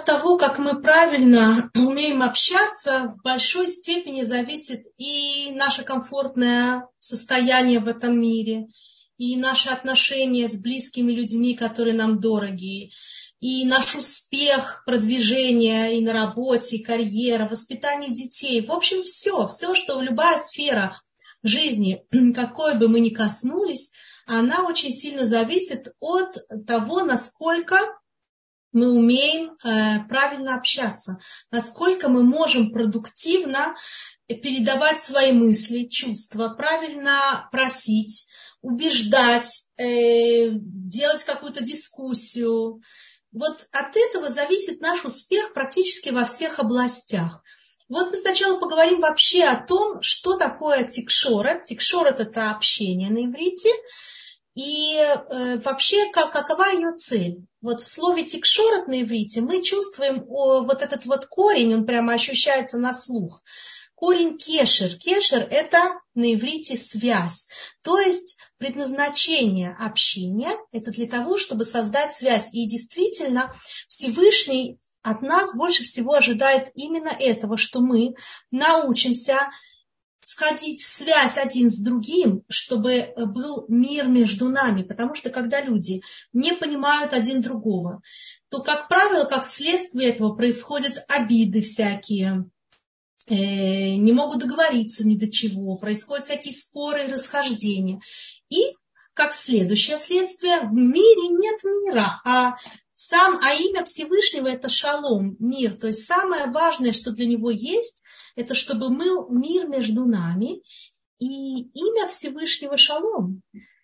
того, как мы правильно умеем общаться, в большой степени зависит и наше комфортное состояние в этом мире, и наши отношения с близкими людьми, которые нам дороги, и наш успех, продвижение и на работе, и карьера, воспитание детей. В общем, все, что любая сфера жизни, какой бы мы ни коснулись, она очень сильно зависит от того, насколько мы умеем правильно общаться, насколько мы можем продуктивно передавать свои мысли, чувства, правильно просить, убеждать, делать какую-то дискуссию. Вот от этого зависит наш успех практически во всех областях. Вот мы сначала поговорим вообще о том, что такое тикшорет. Тикшорет – это общение на иврите. И вообще, какова ее цель? Вот в слове тикшорет на иврите мы чувствуем вот этот вот корень, он прямо ощущается на слух. Корень кешер. Кешер – это на иврите связь. То есть предназначение общения – это для того, чтобы создать связь. И действительно, Всевышний от нас больше всего ожидает именно этого, что мы научимся входить в связь один с другим, чтобы был мир между нами. Потому что когда люди не понимают один другого, то, как правило, как следствие этого происходят обиды всякие, не могут договориться ни до чего, происходят всякие споры и расхождения. И, как следующее следствие, в мире нет мира, а имя Всевышнего – это шалом, мир. То есть самое важное, что для него есть, это чтобы был мир между нами, и имя Всевышнего шалом.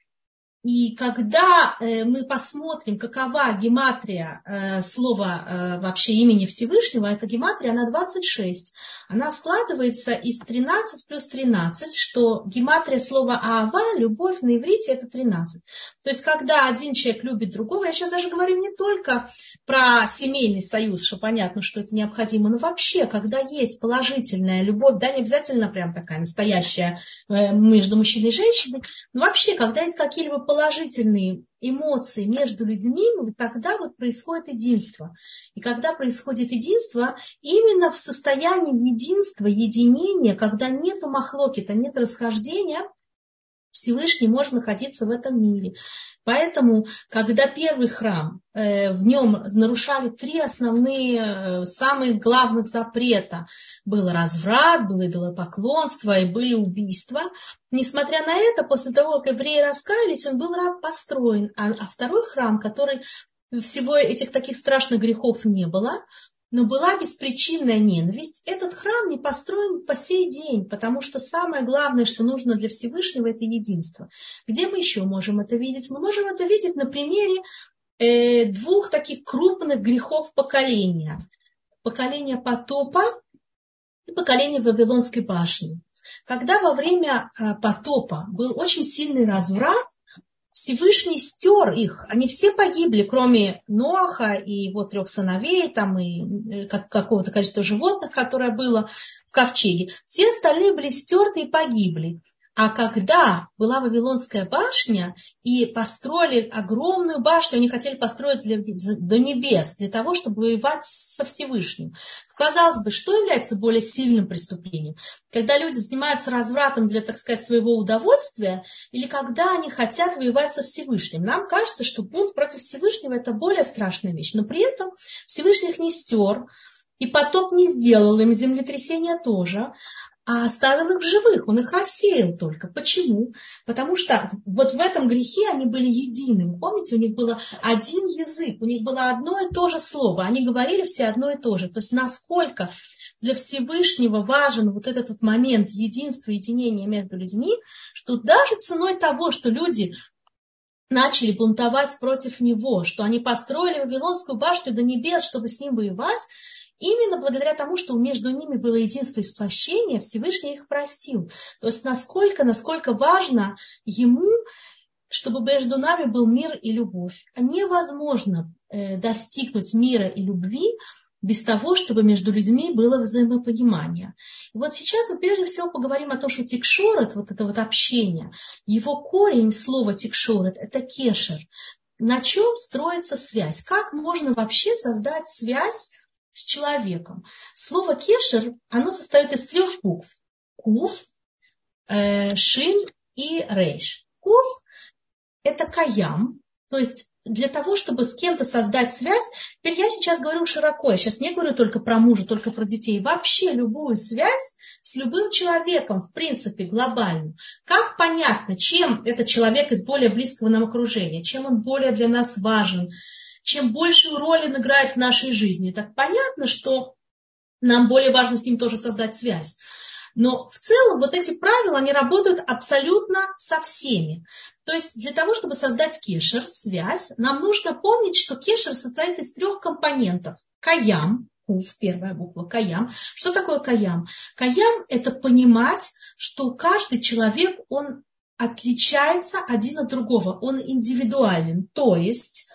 И когда мы посмотрим, какова гематрия слова вообще имени Всевышнего, эта гематрия, она 26. Она складывается из 13 плюс 13, что гематрия слова аава, любовь на иврите, это 13. То есть, когда один человек любит другого, я сейчас даже говорю не только про семейный союз, что понятно, что это необходимо, но вообще, когда есть положительная любовь, да, не обязательно прям такая настоящая между мужчиной и женщиной, но вообще, когда есть какие-либо положительные эмоции между людьми, тогда вот происходит единство. И когда происходит единство, именно в состоянии единства, единения, когда нет махлокита, нет расхождения, Всевышний может находиться в этом мире. Поэтому, когда первый храм, в нем нарушали 3 основные, самых главных запрета. Был разврат, было идолопоклонство и были убийства. Несмотря на это, после того, как евреи раскаялись, он был построен. А второй храм, который всего этих таких страшных грехов не было, но была беспричинная ненависть, этот храм не построен по сей день, потому что самое главное, что нужно для Всевышнего, это единство. Где мы еще можем это видеть? Мы можем это видеть на примере 2 таких крупных грехов поколения. Поколение потопа и поколение Вавилонской башни. Когда во время потопа был очень сильный разврат, Всевышний стер их, они все погибли, кроме Ноаха и его 3 сыновей, там и какого-то количества животных, которое было в ковчеге. Все остальные были стерты и погибли. А когда была Вавилонская башня и построили огромную башню, они хотели построить до небес, для того, чтобы воевать со Всевышним. Казалось бы, что является более сильным преступлением? Когда люди занимаются развратом для, так сказать, своего удовольствия, или когда они хотят воевать со Всевышним? Нам кажется, что бунт против Всевышнего – это более страшная вещь, но при этом Всевышний их не стер, и потоп не сделал им, землетрясение тоже, а оставил их в живых, он их рассеял только. Почему? Потому что вот в этом грехе они были единым. Помните, у них был один язык, у них было одно и то же слово, они говорили все одно и то же. То есть насколько для Всевышнего важен вот этот вот момент единства, единения между людьми, что даже ценой того, что люди начали бунтовать против него, что они построили Вавилонскую башню до небес, чтобы с ним воевать, именно благодаря тому, что между ними было единство и сплощение, Всевышний их простил. То есть насколько важно ему, чтобы между нами был мир и любовь. Невозможно достигнуть мира и любви без того, чтобы между людьми было взаимопонимание. И вот сейчас мы прежде всего поговорим о том, что тикшорет, вот это вот общение, его корень слова тикшорет – это кешер. На чем строится связь? Как можно вообще создать связь с человеком. Слово кешер, оно состоит из 3 букв. Кув, шин и рейш. Кув – это каям, то есть для того, чтобы с кем-то создать связь, теперь я сейчас говорю широко, я сейчас не говорю только про мужа, только про детей, вообще любую связь с любым человеком, в принципе, глобальную. Как понятно, чем этот человек из более близкого нам окружения, чем он более для нас важен, чем большую роль он играет в нашей жизни. Так понятно, что нам более важно с ним тоже создать связь. Но в целом вот эти правила, они работают абсолютно со всеми. То есть для того, чтобы создать кешер, связь, нам нужно помнить, что кешер состоит из 3 компонентов. Каям, кув, первая буква, каям. Что такое каям? Каям – это понимать, что каждый человек, он отличается один от другого, он индивидуален. То есть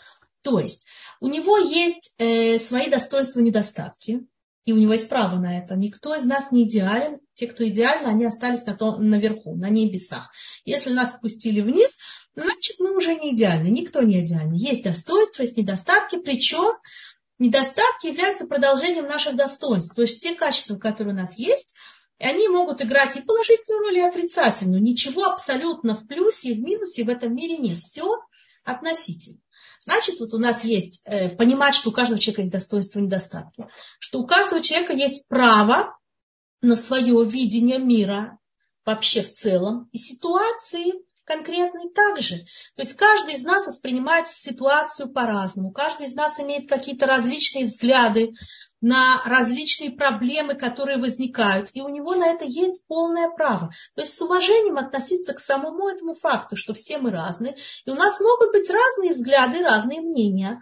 у него есть свои достоинства и недостатки. И у него есть право на это. Никто из нас не идеален. Те, кто идеальны, они остались наверху, на небесах. Если нас спустили вниз, значит, мы уже не идеальны. Никто не идеальный. Есть достоинства, есть недостатки. Причем недостатки являются продолжением наших достоинств. То есть те качества, которые у нас есть, они могут играть и положительную роль, и отрицательную. Ничего абсолютно в плюсе и в минусе в этом мире нет. Все относительно. Значит, вот у нас есть понимать, что у каждого человека есть достоинства и недостатки, что у каждого человека есть право на свое видение мира вообще в целом и ситуации конкретной также. То есть каждый из нас воспринимает ситуацию по-разному, каждый из нас имеет какие-то различные взгляды на различные проблемы, которые возникают, и у него на это есть полное право. То есть с уважением относиться к самому этому факту, что все мы разные, и у нас могут быть разные взгляды, разные мнения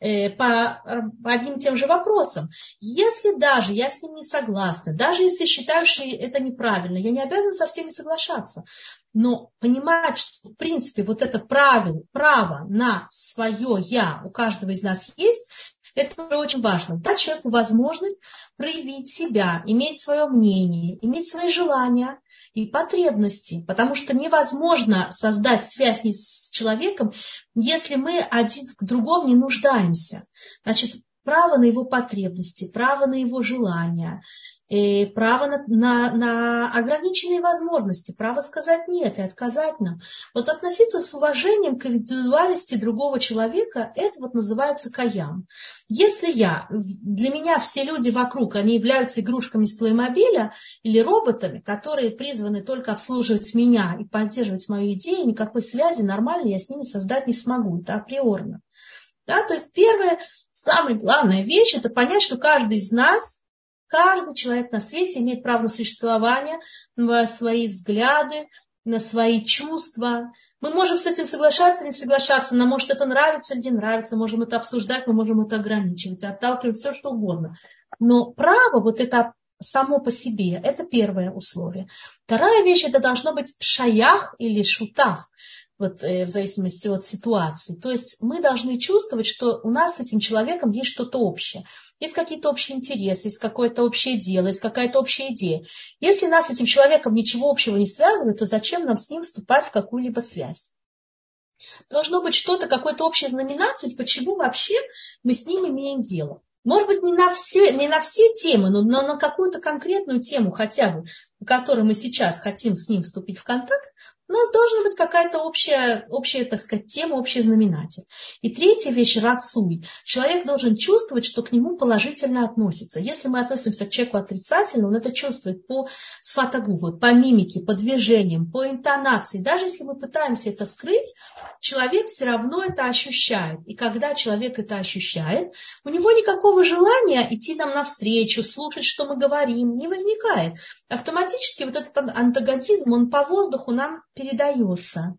по одним и тем же вопросам. Если даже я с ним не согласна, даже если считаю, что это неправильно, я не обязана со всеми соглашаться. Но понимать, что в принципе вот это право на свое «я» у каждого из нас есть, это очень важно. Дать человеку возможность проявить себя, иметь свое мнение, иметь свои желания и потребности. Потому что невозможно создать связь с человеком, если мы один к другому не нуждаемся. Значит, право на его потребности, право на его желания, право на ограниченные возможности, право сказать нет и отказать нам. Вот относиться с уважением к индивидуальности другого человека, это вот называется каям. Если для меня все люди вокруг, они являются игрушками с плеймобиля или роботами, которые призваны только обслуживать меня и поддерживать мою идею, никакой связи нормальной я с ними создать не смогу, это априорно. Да, то есть первая, самая главная вещь, это понять, что каждый из нас, каждый человек на свете имеет право на существование, на свои взгляды, на свои чувства. Мы можем с этим соглашаться или не соглашаться, нам может это нравиться или не нравится, можем это обсуждать, мы можем это ограничивать, отталкивать, все что угодно. Но право, вот это само по себе, это первое условие. Вторая вещь, это должно быть шаях или шутав. Вот, в зависимости от ситуации. То есть мы должны чувствовать, что у нас с этим человеком есть что-то общее. Есть какие-то общие интересы, есть какое-то общее дело, есть какая-то общая идея. Если нас с этим человеком ничего общего не связывает, то зачем нам с ним вступать в какую-либо связь? Должно быть что-то, какой-то общий знаменатель, почему вообще мы с ним имеем дело. Может быть, не на все темы, но на какую-то конкретную тему хотя бы, по которой мы сейчас хотим с ним вступить в контакт, у нас должна быть какая-то общая, так сказать, тема, общий знаменатель. И третья вещь – рацуй. Человек должен чувствовать, что к нему положительно относятся. Если мы относимся к человеку отрицательно, он это чувствует по сфатагуву, по мимике, по движениям, по интонации. Даже если мы пытаемся это скрыть, человек все равно это ощущает. И когда человек это ощущает, у него никакого желания идти нам навстречу, слушать, что мы говорим, не возникает. Автоматически вот этот антагонизм, он по воздуху нам передается.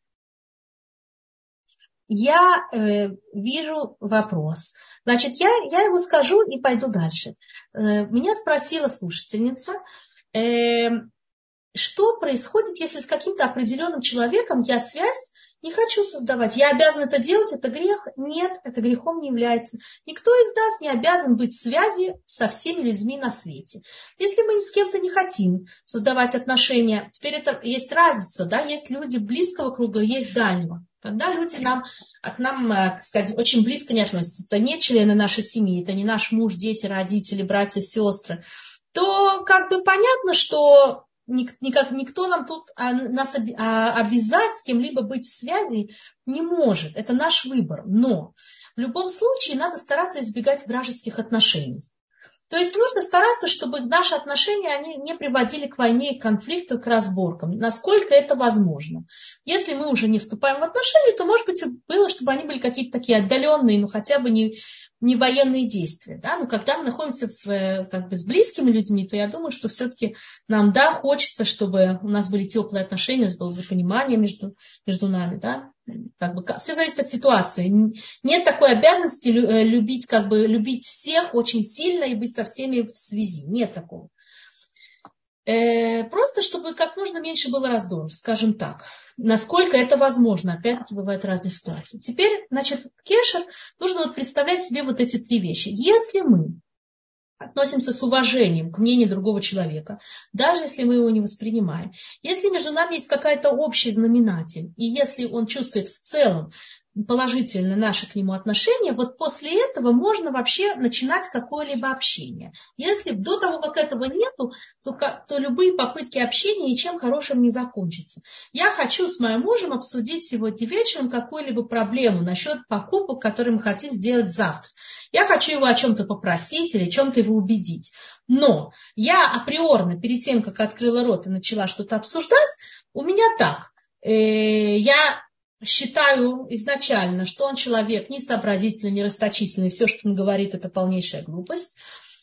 Я вижу вопрос. Значит, я его скажу и пойду дальше. Меня спросила слушательница, что происходит, если с каким-то определенным человеком я связь не хочу создавать. Я обязан это делать, это грех? Нет, это грехом не является. Никто из нас не обязан быть в связи со всеми людьми на свете. Если мы с кем-то не хотим создавать отношения, теперь это есть разница, да, есть люди близкого круга, есть дальнего. Когда люди к нам, так сказать, очень близко не относятся, это не члены нашей семьи, это не наш муж, дети, родители, братья, сестры, то как бы понятно, что никто нам тут нас обязать с кем-либо быть в связи не может. Это наш выбор. Но в любом случае надо стараться избегать вражеских отношений. То есть нужно стараться, чтобы наши отношения они не приводили к войне, к конфликту, к разборкам, насколько это возможно. Если мы уже не вступаем в отношения, то, может быть, было, чтобы они были какие-то такие отдаленные, но хотя бы не военные действия. Да? Но когда мы находимся с близкими людьми, то я думаю, что все-таки нам, да, хочется, чтобы у нас были теплые отношения, у нас было взаимопонимание между нами. Да? Все зависит от ситуации. Нет такой обязанности любить всех очень сильно и быть со всеми в связи. Нет такого. Просто чтобы как можно меньше было раздоров, скажем так. Насколько это возможно. Опять-таки бывают разные ситуации. Теперь, значит, кешер нужно представлять себе вот эти три вещи. Если мы относимся с уважением к мнению другого человека, даже если мы его не воспринимаем, если между нами есть какая-то общий знаменатель, и если он чувствует в целом положительно наши к нему отношения, вот после этого можно вообще начинать какое-либо общение. Если до того, как этого нету, то любые попытки общения ничем хорошим не закончатся. Я хочу с моим мужем обсудить сегодня вечером какую-либо проблему насчет покупок, которые мы хотим сделать завтра. Я хочу его о чем-то попросить или о чем-то его убедить. Но я априорно, перед тем, как открыла рот и начала что-то обсуждать, у меня так. Я считаю изначально, что он человек несообразительный, нерасточительный, все, что он говорит, это полнейшая глупость.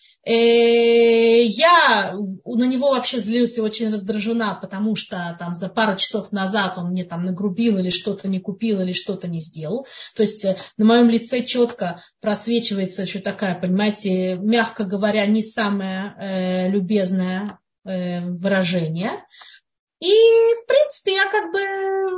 Я на него вообще злюсь и очень раздражена, потому что там за пару часов назад он мне там нагрубил или что-то не купил, или что-то не сделал. То есть на моем лице четко просвечивается еще такая, понимаете, мягко говоря, не самое любезное выражение. И, в принципе, я как бы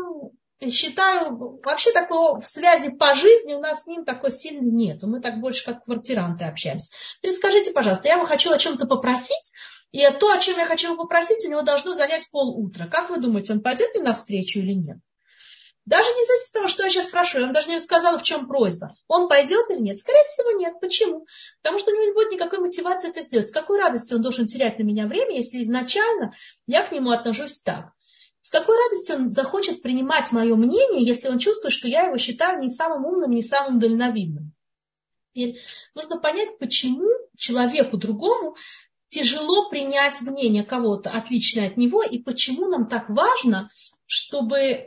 считаю, вообще такого в связи по жизни у нас с ним такой сильной нет. Мы так больше как квартиранты общаемся. Скажите, пожалуйста, я хочу о чем-то попросить, и то, о чем я хочу его попросить, у него должно занять полутра. Как вы думаете, он пойдет мне навстречу или нет? Даже не зависит от того, что я сейчас спрашиваю, он даже не рассказал, в чем просьба. Он пойдет или нет? Скорее всего, нет. Почему? Потому что у него не будет никакой мотивации это сделать. С какой радостью он должен терять на меня время, если изначально я к нему отношусь так? С какой радостью он захочет принимать мое мнение, если он чувствует, что я его считаю не самым умным, не самым дальновидным? Теперь нужно понять, почему человеку другому тяжело принять мнение кого-то отличное от него, и почему нам так важно, чтобы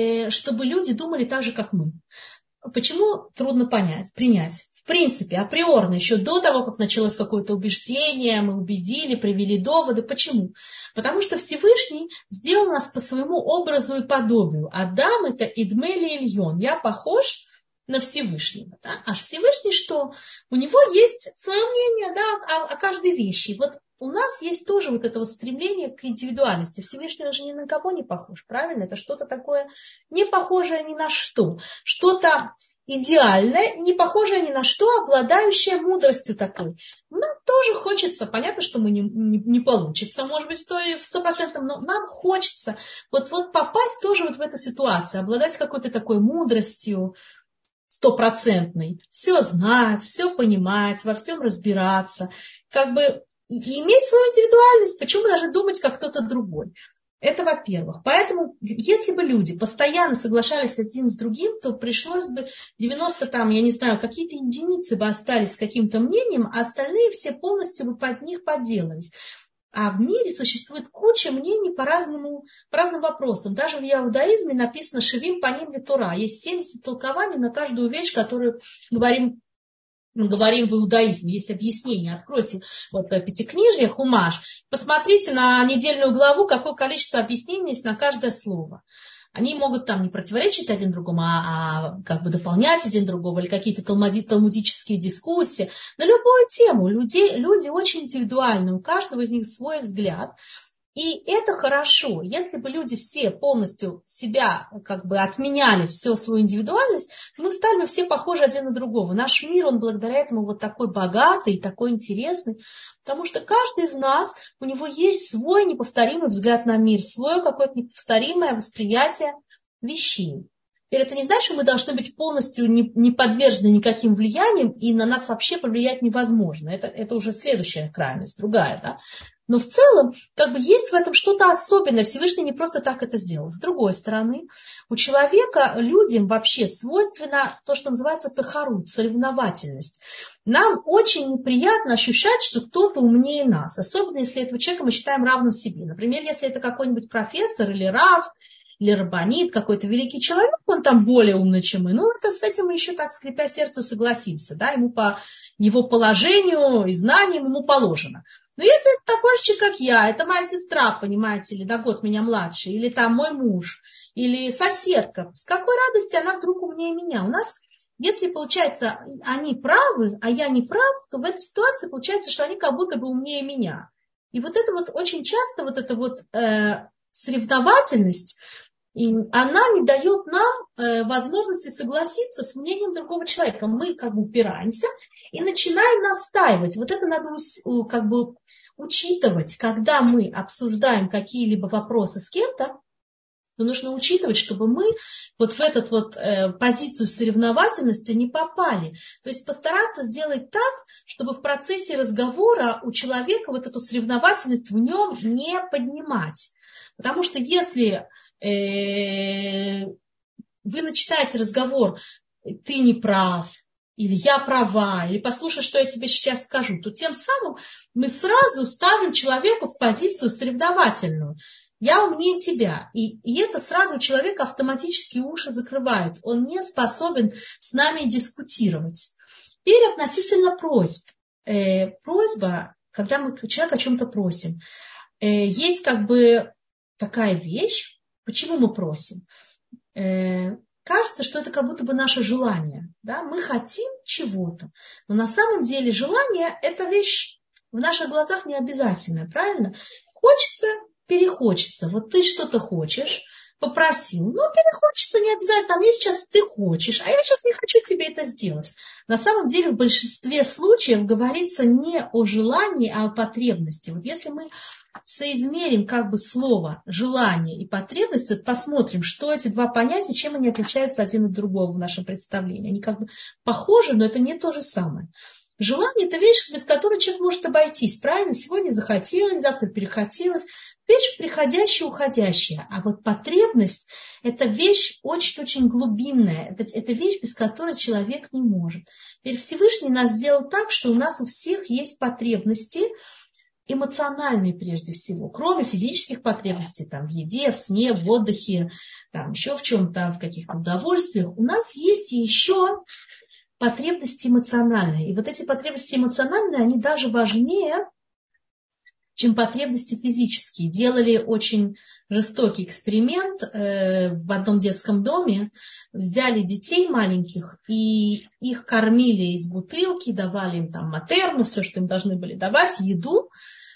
люди думали так же, как мы. Почему трудно принять? В принципе, априорно, еще до того, как началось какое-то убеждение, мы убедили, привели доводы. Почему? Потому что Всевышний сделал нас по своему образу и подобию. Адам – это Идмели Ильон. Я похож на Всевышнего. Да? А Всевышний что? У него есть свое мнение, да, о каждой вещи. Вот у нас есть тоже вот это вот стремление к индивидуальности. Всевышний он же ни на кого не похож, правильно? Это что-то такое не похожее ни на что. Что-то идеальное, не похожее ни на что, обладающее мудростью такой. Нам тоже хочется, понятно, что мы не получится, может быть, в 100%, но нам хочется вот попасть тоже вот в эту ситуацию, обладать какой-то такой мудростью, 100%, все знать, все понимать, во всем разбираться, как бы иметь свою индивидуальность, почему даже думать, как кто-то другой. Это во-первых. Поэтому, если бы люди постоянно соглашались один с другим, то пришлось бы 90 какие-то единицы бы остались с каким-то мнением, а остальные все полностью бы под них подделались. А в мире существует куча мнений по разным вопросам. Даже в иудаизме написано «Шевим паним ле Тора». Есть 70 толкований на каждую вещь, которую мы говорим в иудаизме. Есть объяснение. Откройте Пятикнижье, Хумаш. Посмотрите на недельную главу, какое количество объяснений есть на каждое слово. Они могут там не противоречить один другому, а как бы дополнять один другого, или какие-то талмудические дискуссии. На любую тему люди очень индивидуальны, у каждого из них свой взгляд. И это хорошо. Если бы люди все полностью себя как бы отменяли, всю свою индивидуальность, мы стали бы все похожи один на другого. Наш мир, он благодаря этому вот такой богатый, такой интересный, потому что каждый из нас, у него есть свой неповторимый взгляд на мир, свое какое-то неповторимое восприятие вещей. Теперь это не значит, что мы должны быть полностью не подвержены никаким влияниям, и на нас вообще повлиять невозможно. Это уже следующая крайность, другая. Да? Но в целом, как бы есть в этом что-то особенное. Всевышний не просто так это сделал. С другой стороны, у человека, людям вообще свойственно то, что называется тахарут, соревновательность. Нам очень неприятно ощущать, что кто-то умнее нас, особенно если этого человека мы считаем равным себе. Например, если это какой-нибудь профессор или рав, или раббанит, какой-то великий человек, он там более умный, чем мы. Ну, это с этим мы еще так, скрипя сердце, согласимся. Да? Ему по его положению и знаниям ему положено. Но если это такой же человек, как я, это моя сестра, понимаете, или на год меня младше, или там мой муж, или соседка, с какой радости она вдруг умнее меня? У нас, если, получается, они правы, а я не прав, то в этой ситуации получается, что они как будто бы умнее меня. И вот это вот очень часто вот эта вот соревновательность, и она не дает нам возможности согласиться с мнением другого человека. Мы как бы упираемся и начинаем настаивать. Вот это надо как бы учитывать, когда мы обсуждаем какие-либо вопросы с кем-то, то нужно учитывать, чтобы мы вот в эту вот позицию соревновательности не попали. То есть постараться сделать так, чтобы в процессе разговора у человека вот эту соревновательность в нем не поднимать. Потому что если вы начинаете разговор, ты не прав, или я права, или послушай, что я тебе сейчас скажу, то тем самым мы сразу ставим человека в позицию соревновательную. Я умнее тебя. И это сразу человек автоматически уши закрывает. Он не способен с нами дискутировать. Теперь относительно просьб. Просьба, когда мы человека о чем-то просим, есть как бы такая вещь. Почему мы просим? Кажется, что это как будто бы наше желание. Да? Мы хотим чего-то. Но на самом деле желание – это вещь в наших глазах не обязательная. Правильно? Хочется, перехочется. Вот ты что-то хочешь, попросил. Но перехочется не обязательно. Там есть сейчас ты хочешь, а я сейчас не хочу тебе это сделать. На самом деле в большинстве случаев говорится не о желании, а о потребности. Вот если мы соизмерим как бы слово желание и потребность, вот посмотрим, что эти два понятия, чем они отличаются один от другого в нашем представлении. Они как бы похожи, но это не то же самое. Желание – это вещь, без которой человек может обойтись. Правильно? Сегодня захотелось, завтра перехотелось. Вещь приходящая, уходящая. А вот потребность – это вещь очень-очень глубинная. Это вещь, без которой человек не может. Теперь Всевышний нас сделал так, что у нас у всех есть потребности, эмоциональные прежде всего, кроме физических потребностей, там, в еде, в сне, в отдыхе, там, еще в чем-то, в каких-то удовольствиях. У нас есть еще потребности эмоциональные. И вот эти потребности эмоциональные, они даже важнее, чем потребности физические. Делали очень жестокий эксперимент в одном детском доме. Взяли детей маленьких и их кормили из бутылки, давали им там матерну, все, что им должны были давать, еду,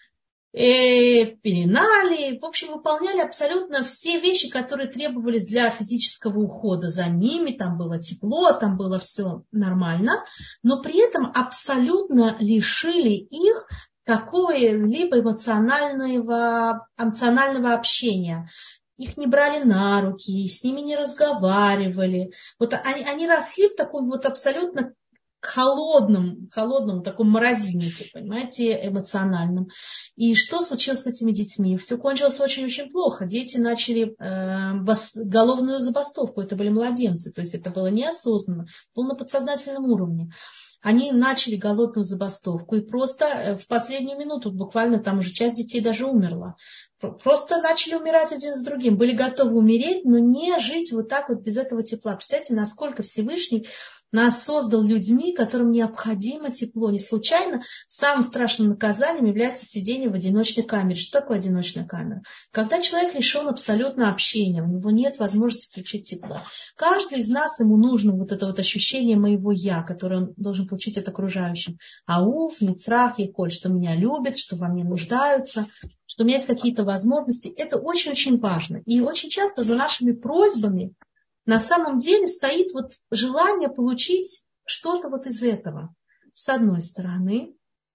пеленали, в общем, выполняли абсолютно все вещи, которые требовались для физического ухода за ними, там было тепло, там было все нормально, но при этом абсолютно лишили их какого-либо эмоционального общения. Их не брали на руки, с ними не разговаривали. Вот они росли в таком вот абсолютно холодном таком морозильнике, понимаете, эмоциональном. И что случилось с этими детьми? Все кончилось очень-очень плохо. Дети начали головную забастовку. Это были младенцы. То есть это было неосознанно, было на подсознательном уровне. Они начали голодную забастовку и просто в последнюю минуту, буквально там уже часть детей даже умерла. Просто начали умирать один с другим. Были готовы умереть, но не жить вот так вот без этого тепла. Представляете, насколько Всевышний нас создал людьми, которым необходимо тепло. Не случайно самым страшным наказанием является сидение в одиночной камере. Что такое одиночная камера? Когда человек лишен абсолютно общения, у него нет возможности включить тепло. Каждый из нас, ему нужно вот это вот ощущение моего «я», которое он должен получить от окружающих. Ауф, Ницрах, Яколь, что меня любят, что во мне нуждаются, что у меня есть какие-то возможности. Это очень-очень важно. И очень часто за нашими просьбами на самом деле стоит вот желание получить что-то вот из этого. С одной стороны.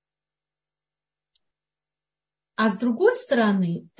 А с другой стороны,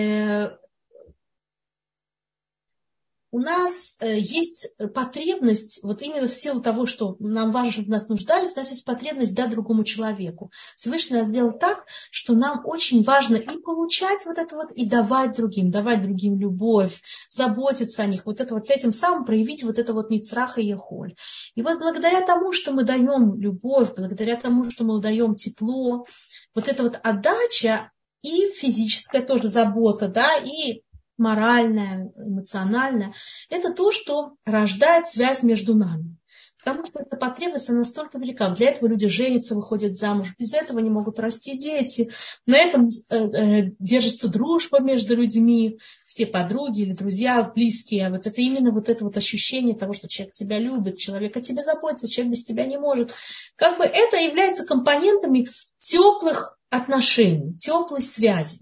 у нас есть потребность, вот именно в силу того, что нам важно, чтобы нас нуждались, у нас есть потребность дать другому человеку. Всевышний нас сделал так, что нам очень важно и получать вот это вот, и давать другим любовь, заботиться о них, вот это вот этим самым проявить вот это вот ницрах и ехоль. И вот благодаря тому, что мы даем любовь, благодаря тому, что мы даем тепло, вот эта вот отдача и физическая тоже забота, да, и моральная, эмоциональная, это то, что рождает связь между нами. Потому что эта потребность она настолько велика. Для этого люди женятся, выходят замуж. Без этого не могут расти дети. На этом держится дружба между людьми. Все подруги или друзья близкие. Вот это именно вот это вот ощущение того, что человек тебя любит, человек о тебе заботится, человек без тебя не может. Как бы это является компонентами теплых отношений, теплой связи.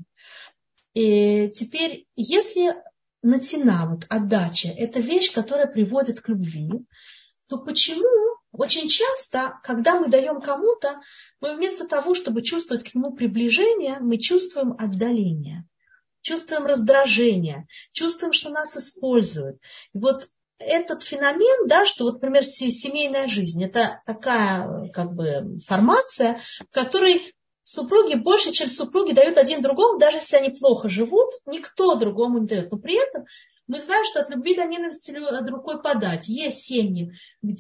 И теперь, если натяна, вот отдача, это вещь, которая приводит к любви, то почему очень часто, когда мы даем кому-то, мы вместо того, чтобы чувствовать к нему приближение, мы чувствуем отдаление, чувствуем раздражение, чувствуем, что нас используют. И вот этот феномен, да, что вот, например, семейная жизнь, это такая как бы формация, в которой супруги больше, чем супруги, дают один другому, даже если они плохо живут, никто другому не дает. Но при этом мы знаем, что от любви до ненависти рукой подать. Есть семьи,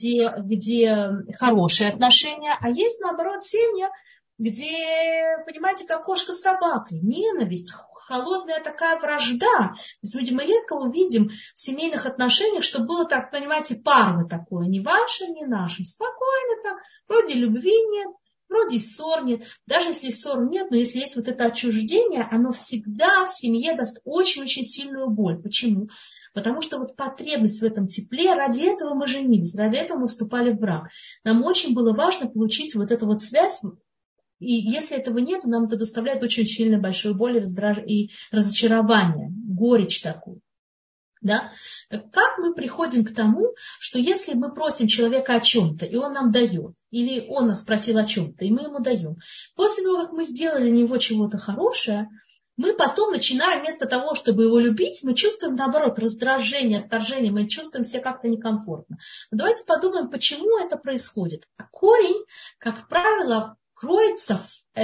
где хорошие отношения, а есть, наоборот, семьи, где, понимаете, как кошка с собакой. Ненависть, холодная такая вражда. Мы редко увидим в семейных отношениях, что было так, понимаете, парно такое. Не вашим, не нашим. Спокойно так, вроде любви нет. Вроде ссор нет, даже если ссор нет, но если есть вот это отчуждение, оно всегда в семье даст очень-очень сильную боль. Почему? Потому что вот потребность в этом тепле, ради этого мы женились, ради этого мы вступали в брак. Нам очень было важно получить вот эту вот связь, и если этого нет, нам это доставляет очень сильно большую боль и разочарование, горечь такую. Да? Так как мы приходим к тому, что если мы просим человека о чем-то, и он нам дает, или он нас просил о чем-то, и мы ему даем, после того, как мы сделали для него чего-то хорошее, мы потом начинаем вместо того, чтобы его любить, мы чувствуем, наоборот, раздражение, отторжение, мы чувствуем себя как-то некомфортно. Но давайте подумаем, почему это происходит. А корень, как правило, кроется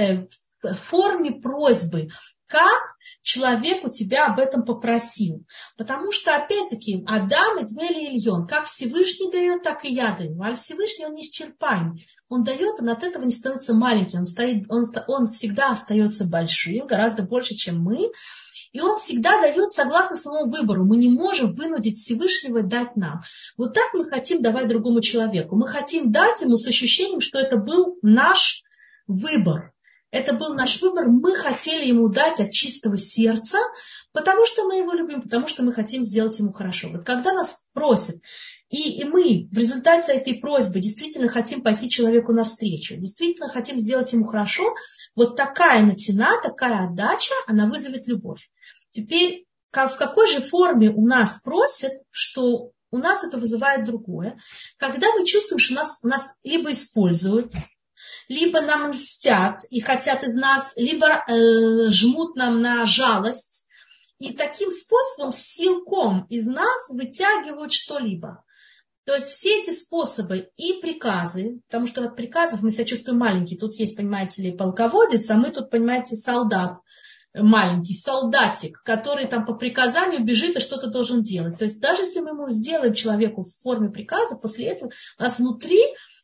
в форме просьбы. Как человек у тебя об этом попросил. Потому что, опять-таки, Адам и Двели Ильон, как Всевышний дает, так и я даю. А Всевышний, он неисчерпаем. Он дает, он от этого не становится маленьким. Он всегда остается большим, гораздо больше, чем мы. И он всегда дает согласно своему выбору. Мы не можем вынудить Всевышнего дать нам. Вот так мы хотим давать другому человеку. Мы хотим дать ему с ощущением, что это был наш выбор. Это был наш выбор, мы хотели ему дать от чистого сердца, потому что мы его любим, потому что мы хотим сделать ему хорошо. Вот когда нас просят, и мы в результате этой просьбы действительно хотим пойти человеку навстречу, действительно хотим сделать ему хорошо, вот такая натяна, такая отдача, она вызовет любовь. Теперь, в какой же форме у нас просят, что у нас это вызывает другое, когда мы чувствуем, что нас либо используют, либо нам мстят и хотят из нас, либо жмут нам на жалость. И таким способом силком из нас вытягивают что-либо. То есть все эти способы и приказы, потому что от приказов мы себя чувствуем маленькие. Тут есть, понимаете ли, полководец, а мы тут, понимаете, солдат. Маленький солдатик, который там по приказанию бежит и что-то должен делать. То есть даже если мы ему сделаем человеку в форме приказа, после этого у нас внутри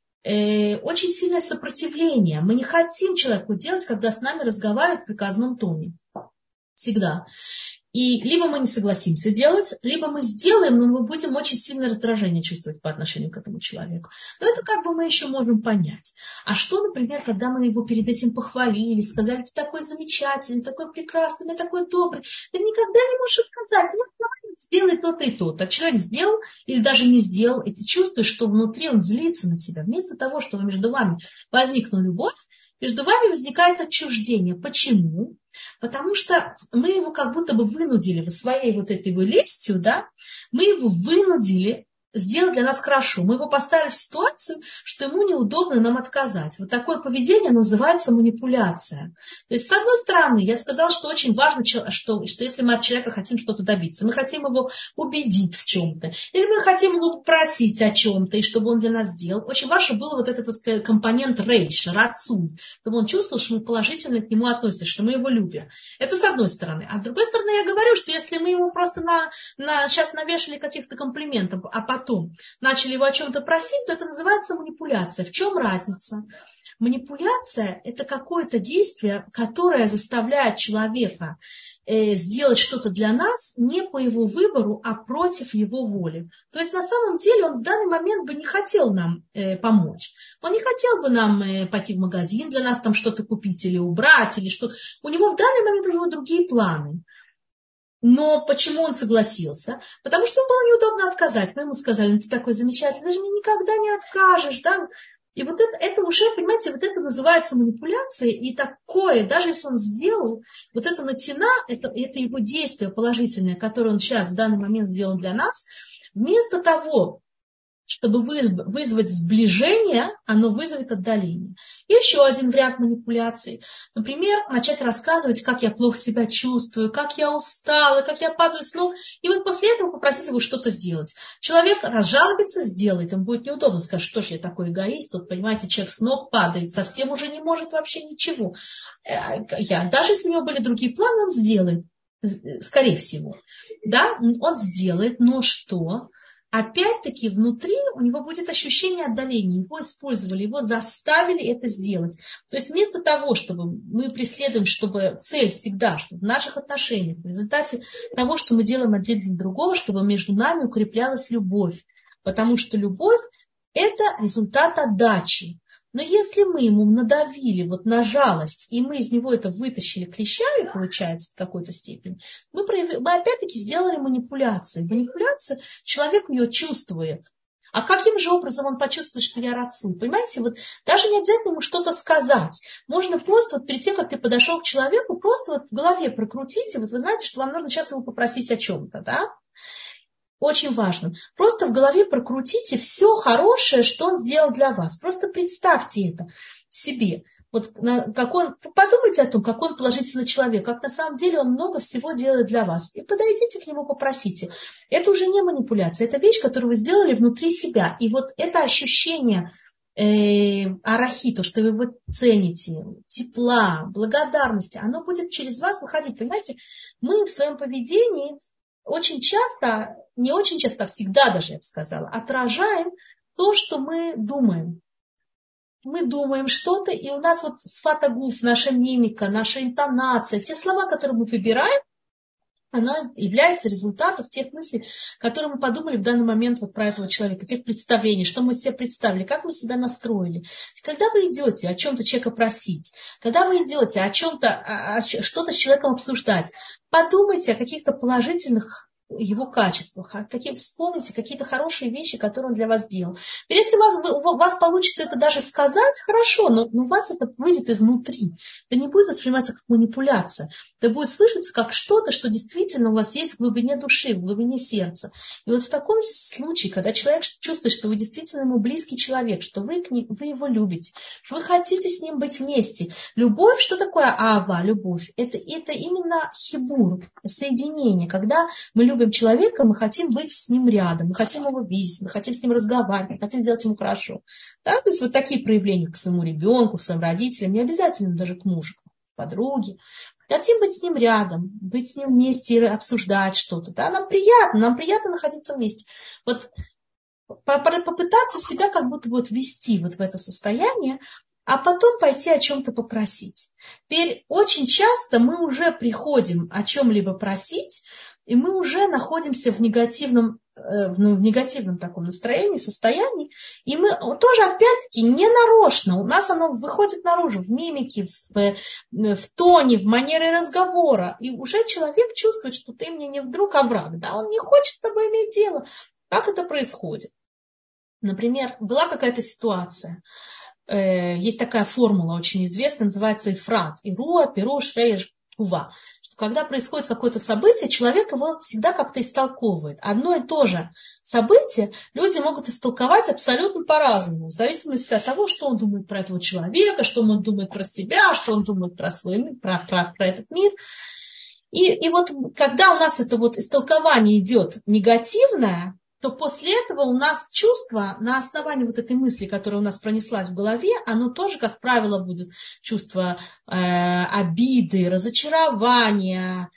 очень сильное сопротивление. Мы не хотим человеку делать, когда с нами разговаривают в приказном тоне. Всегда. И либо мы не согласимся делать, либо мы сделаем, но мы будем очень сильное раздражение чувствовать по отношению к этому человеку. Но это как бы мы еще можем понять. А что, например, когда мы его перед этим похвалили, сказали, ты такой замечательный, такой прекрасный, ты такой добрый, ты никогда не можешь отказать, сделай то-то и то-то. А человек сделал или даже не сделал, и ты чувствуешь, что внутри он злится на тебя. Вместо того, чтобы между вами возникла любовь, между вами возникает отчуждение. Почему? Потому что мы его как будто бы вынудили своей вот этой его лестью, да, мы его вынудили сделать для нас хорошо. Мы его поставили в ситуацию, что ему неудобно нам отказать. Вот такое поведение называется манипуляция. То есть, с одной стороны, я сказала, что очень важно, что если мы от человека хотим что-то добиться, мы хотим его убедить в чем-то, или мы хотим его попросить о чем-то, и чтобы он для нас сделал. Очень важно было вот этот вот компонент рейш, рацуй, чтобы он чувствовал, что мы положительно к нему относимся, что мы его любим. Это с одной стороны. А с другой стороны, я говорю, что если мы ему просто сейчас навешали каких-то комплиментов, а потом начали его о чем-то просить, то это называется манипуляция. В чем разница? Манипуляция – это какое-то действие, которое заставляет человека сделать что-то для нас не по его выбору, а против его воли. То есть на самом деле он в данный момент бы не хотел нам помочь. Он не хотел бы нам пойти в магазин для нас там что-то купить или убрать, или что-то. У него в данный момент у него другие планы. Но почему он согласился? Потому что ему было неудобно отказать. Мы ему сказали, ну ты такой замечательный, ты же мне никогда не откажешь. Да? И вот это уже, понимаете, вот это называется манипуляцией. И такое, даже если он сделал, вот это натяна, это его действие положительное, которое он сейчас в данный момент сделал для нас, вместо того, чтобы вызвать сближение, оно вызовет отдаление. И еще один вариант манипуляции. Например, начать рассказывать, как я плохо себя чувствую, как я устала, как я падаю с ног. И вот после этого попросить его что-то сделать. Человек разжалобится, сделает. Ему будет неудобно сказать, что ж я такой эгоист. Тут, понимаете, человек с ног падает, совсем уже не может вообще ничего. Даже если у него были другие планы, он сделает. Скорее всего. Да, он сделает, но что? Опять-таки внутри у него будет ощущение отдаления. Его использовали, его заставили это сделать. То есть вместо того, чтобы мы преследуем, чтобы цель всегда, чтобы в наших отношениях, в результате того, что мы делаем один для другого, чтобы между нами укреплялась любовь. Потому что любовь – это результат отдачи. Но если мы ему надавили вот на жалость, и мы из него это вытащили клещами, получается, в какой-то степени, мы опять-таки сделали манипуляцию. Манипуляция, человек ее чувствует. А каким же образом он почувствует, что я рацу? Понимаете, вот даже не обязательно ему что-то сказать. Можно просто вот перед тем, как ты подошел к человеку, просто вот в голове прокрутите. Вот вы знаете, что вам нужно сейчас его попросить о чем-то, да? Очень важно. Просто в голове прокрутите все хорошее, что он сделал для вас. Просто представьте это себе. Вот подумайте о том, какой он положительный человек, как на самом деле он много всего делает для вас. И подойдите к нему, попросите. Это уже не манипуляция, это вещь, которую вы сделали внутри себя. И вот это ощущение арахи, то, что вы его цените, тепла, благодарности, оно будет через вас выходить. Понимаете, мы в своем поведении очень часто, не очень часто, а всегда даже, я бы сказала, отражаем то, что мы думаем. Мы думаем что-то, и у нас вот сфатагуф, наша мимика, наша интонация, те слова, которые мы выбираем, она является результатом тех мыслей, которые мы подумали в данный момент вот про этого человека, тех представлений, что мы себе представили, как мы себя настроили. Когда вы идете о чем-то человека просить, когда вы идете о чем-то, что-то с человеком обсуждать, подумайте о каких-то положительных его качествах, вспомните какие-то хорошие вещи, которые он для вас сделал. Если у вас получится это даже сказать, хорошо, но у вас это выйдет изнутри. Это не будет восприниматься как манипуляция. Это будет слышаться как что-то, что действительно у вас есть в глубине души, в глубине сердца. И вот в таком случае, когда человек чувствует, что вы действительно ему близкий человек, что вы его любите, что вы хотите с ним быть вместе. Любовь, что такое ава, любовь? Это именно хибур, соединение, когда мы любим человека, мы хотим быть с ним рядом, мы хотим его видеть, мы хотим с ним разговаривать, мы хотим сделать ему хорошо. Да? То есть вот такие проявления к своему ребенку, к своим родителям, не обязательно даже к мужу, к подруге. Хотим быть с ним рядом, быть с ним вместе и обсуждать что-то. Да? Нам приятно находиться вместе. Вот попытаться себя как будто вот ввести вот в это состояние, а потом пойти о чем-то попросить. Теперь очень часто мы уже приходим о чем-либо просить, и мы уже находимся в негативном таком настроении, состоянии, и мы тоже, опять-таки, не нарочно, у нас оно выходит наружу, в мимике, в тоне, в манере разговора, и уже человек чувствует, что ты мне не вдруг, а враг, да, он не хочет с тобой иметь дело. Как это происходит? Например, была какая-то ситуация, есть такая формула очень известная, называется Ифрат, Ируа, Пируш, Рейш, Кува, что когда происходит какое-то событие, человек его всегда как-то истолковывает. Одно и то же событие люди могут истолковать абсолютно по-разному, в зависимости от того, что он думает про этого человека, что он думает про себя, что он думает про свой мир, про этот мир. И вот когда у нас это вот истолкование идет негативное, то после этого у нас чувство на основании вот этой мысли, которая у нас пронеслась в голове, оно тоже, как правило, будет чувство обиды, разочарования,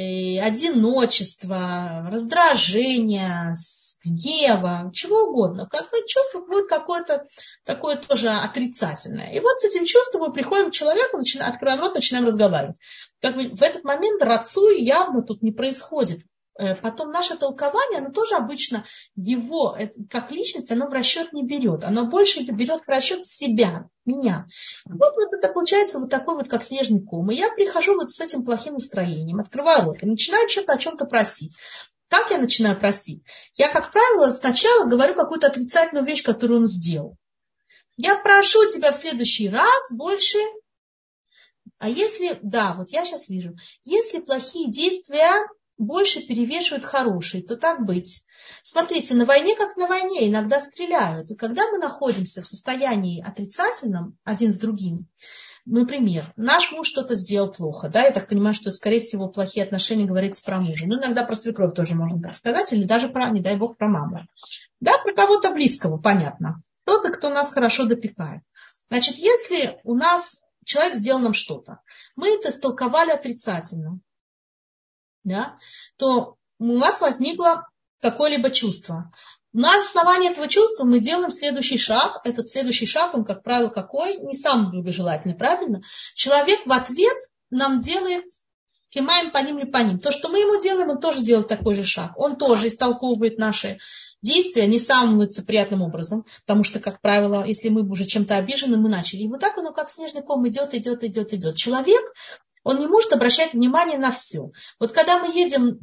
одиночества, раздражения, гнева, чего угодно. Как бы чувство будет какое-то такое тоже отрицательное. И вот с этим чувством мы приходим к человеку, открываем рот, начинаем разговаривать. Как бы в этот момент рацуй явно тут не происходит. Потом наше толкование, оно тоже обычно его, как личность, оно в расчет не берет. Оно больше берет в расчет себя, меня. Вот это получается вот такой вот, как снежный ком. И я прихожу вот с этим плохим настроением, открываю рот и начинаю что-то о чем-то просить. Как я начинаю просить? Я, как правило, сначала говорю какую-то отрицательную вещь, которую он сделал. Я прошу тебя в следующий раз больше... А если... Да, вот я сейчас вижу. Если плохие действия... больше перевешивают хорошие, то так быть. Смотрите, на войне как на войне, иногда стреляют. И когда мы находимся в состоянии отрицательном один с другим, например, наш муж что-то сделал плохо, да, я так понимаю, что, скорее всего, плохие отношения говорится про мужа. Ну, иногда про свекровь тоже можно так сказать, или даже про, не дай бог, про маму. Да, про кого-то близкого, понятно. Кто-то, кто нас хорошо допекает. Значит, если у нас человек сделал нам что-то, мы это истолковали отрицательно, да, то у нас возникло какое-либо чувство. На основании этого чувства мы делаем следующий шаг. Этот следующий шаг, он, как правило, какой? Не самый благожелательный, правильно? Человек в ответ нам делает кемаем по ним ли по ним. То, что мы ему делаем, он тоже делает такой же шаг. Он тоже истолковывает наши действия не самым лицеприятным образом, потому что, как правило, если мы уже чем-то обижены, мы начали. И вот так оно, как снежный ком, идет. Человек, он не может обращать внимание на все. Вот когда мы едем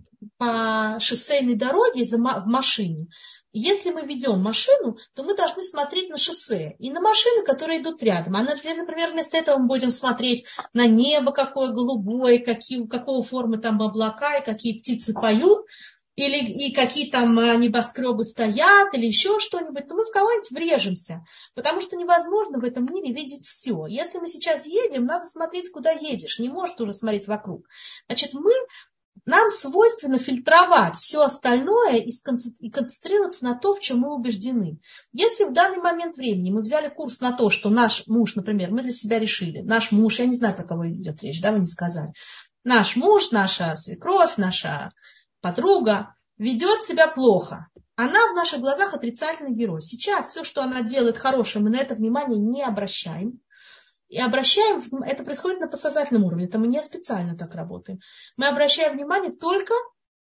по шоссейной дороге в машине, если мы ведем машину, то мы должны смотреть на шоссе и на машины, которые идут рядом. А, например, вместо этого мы будем смотреть на небо, какое голубое, какого формы там облака, и какие птицы поют, и какие там небоскребы стоят, или еще что-нибудь, то мы в кого-нибудь врежемся. Потому что невозможно в этом мире видеть все. Если мы сейчас едем, надо смотреть, куда едешь. Не можешь уже смотреть вокруг. Значит, нам свойственно фильтровать все остальное и концентрироваться на том, в чем мы убеждены. Если в данный момент времени мы взяли курс на то, что наш муж, например, мы для себя решили, наш муж, я не знаю, про кого идет речь, да, вы не сказали, наш муж, наша свекровь, наша подруга ведет себя плохо. Она в наших глазах отрицательный герой. Сейчас все, что она делает хорошее, мы на это внимание не обращаем. И обращаем, это происходит на подсознательном уровне, это мы не специально так работаем. Мы обращаем внимание только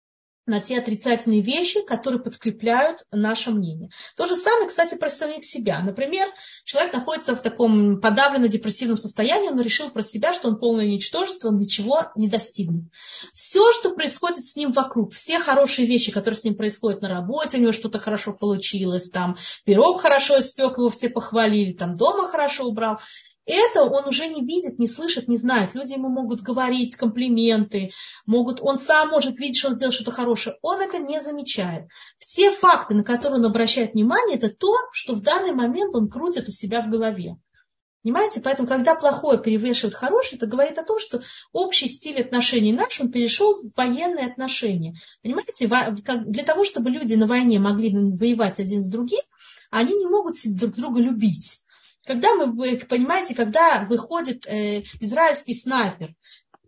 на те отрицательные вещи, которые подкрепляют наше мнение. То же самое, кстати, про самих себя. Например, человек находится в таком подавленно-депрессивном состоянии, он решил про себя, что он полное ничтожество, он ничего не достигнет. Все, что происходит с ним вокруг, все хорошие вещи, которые с ним происходят на работе, у него что-то хорошо получилось, там пирог хорошо испек, его все похвалили, там дома хорошо убрал. Это он уже не видит, не слышит, не знает. Люди ему могут говорить комплименты, он сам может видеть, что он делает что-то хорошее. Он это не замечает. Все факты, на которые он обращает внимание, это то, что в данный момент он крутит у себя в голове. Понимаете? Поэтому, когда плохое перевешивает хорошее, это говорит о том, что общий стиль отношений наш, он перешел в военные отношения. Понимаете? Для того, чтобы люди на войне могли воевать один с другим, они не могут друг друга любить. Когда понимаете, когда выходит израильский снайпер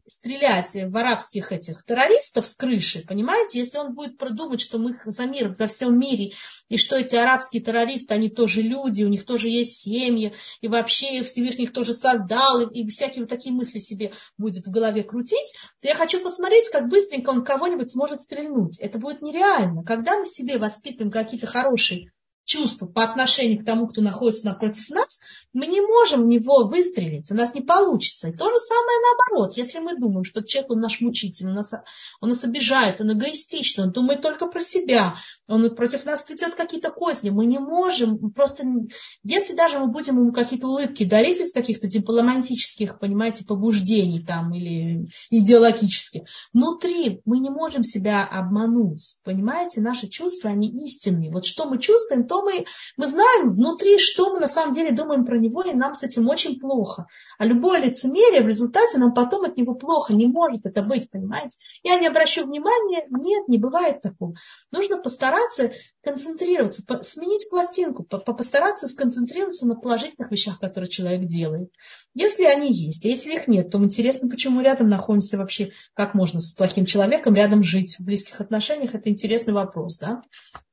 стрелять в арабских этих террористов с крыши, понимаете, если он будет продумать, что мы за мир во всем мире, и что эти арабские террористы, они тоже люди, у них тоже есть семьи, и вообще Всевышний их тоже создал, и всякие вот такие мысли себе будет в голове крутить, то я хочу посмотреть, как быстренько он кого-нибудь сможет стрельнуть. Это будет нереально. Когда мы себе воспитываем какие-то хорошие чувства по отношению к тому, кто находится напротив нас, мы не можем в него выстрелить, у нас не получится. И то же самое наоборот. Если мы думаем, что человек, он наш мучитель, он нас обижает, он эгоистичный, он думает только про себя, он против нас плетет какие-то козни, мы не можем, просто, если даже мы будем ему какие-то улыбки дарить из каких-то дипломатических, понимаете, побуждений там или идеологических, внутри мы не можем себя обмануть, понимаете, наши чувства, они истинные. Вот что мы чувствуем, то мы знаем внутри, что мы на самом деле думаем про него, и нам с этим очень плохо. А любое лицемерие в результате нам потом от него плохо, не может это быть, понимаете. Я не обращу внимания, нет, не бывает такого. Нужно постараться концентрироваться, сменить пластинку, постараться сконцентрироваться на положительных вещах, которые человек делает. Если они есть, а если их нет, то интересно, почему рядом находимся вообще, как можно с плохим человеком рядом жить в близких отношениях, это интересный вопрос, да.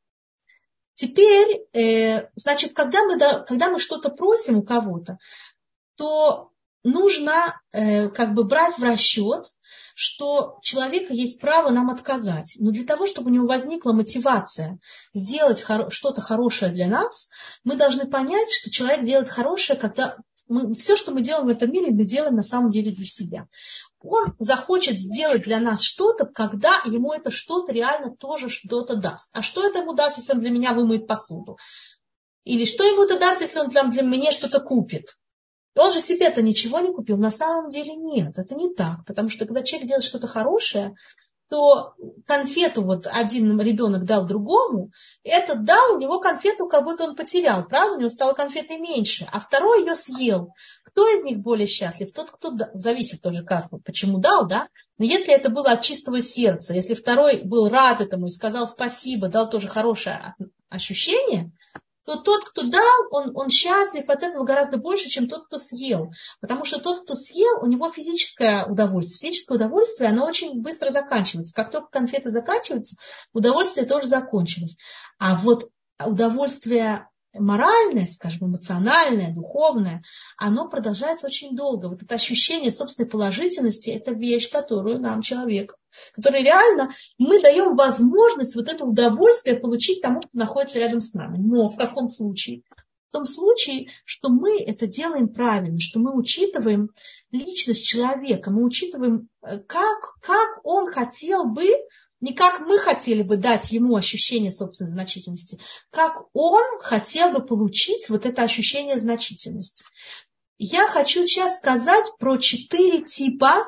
Теперь, значит, когда мы что-то просим у кого-то, то нужно как бы брать в расчет, что у человека есть право нам отказать. Но для того, чтобы у него возникла мотивация сделать что-то хорошее для нас, мы должны понять, что человек делает хорошее, когда все, что мы делаем в этом мире, мы делаем на самом деле для себя. Он захочет сделать для нас что-то, когда ему это что-то реально тоже что-то даст. А что это ему даст, если он для меня вымоет посуду? Или что ему это даст, если он для меня что-то купит? Он же себе-то ничего не купил. На самом деле нет, это не так. Потому что когда человек делает что-то хорошее, то конфету вот один ребенок дал другому, этот дал, у него конфету как будто он потерял, правда? У него стало конфеты меньше, а второй ее съел. Кто из них более счастлив? Тот, кто дал. Зависит тоже как, почему дал, да? Но если это было от чистого сердца, если второй был рад этому и сказал спасибо, дал тоже хорошее ощущение, то тот, кто дал, он счастлив от этого гораздо больше, чем тот, кто съел. Потому что тот, кто съел, у него физическое удовольствие. Физическое удовольствие, оно очень быстро заканчивается. Как только конфеты заканчиваются, удовольствие тоже закончилось. А вот удовольствие моральное, скажем, эмоциональное, духовное, оно продолжается очень долго. Вот это ощущение собственной положительности – это вещь, которую нам, человек, который реально, мы даем возможность вот это удовольствие получить тому, кто находится рядом с нами. Но в каком случае? В том случае, что мы это делаем правильно, что мы учитываем личность человека, мы учитываем, как он хотел бы, не как мы хотели бы дать ему ощущение собственной значительности, как он хотел бы получить вот это ощущение значительности. Я хочу сейчас сказать про 4 типа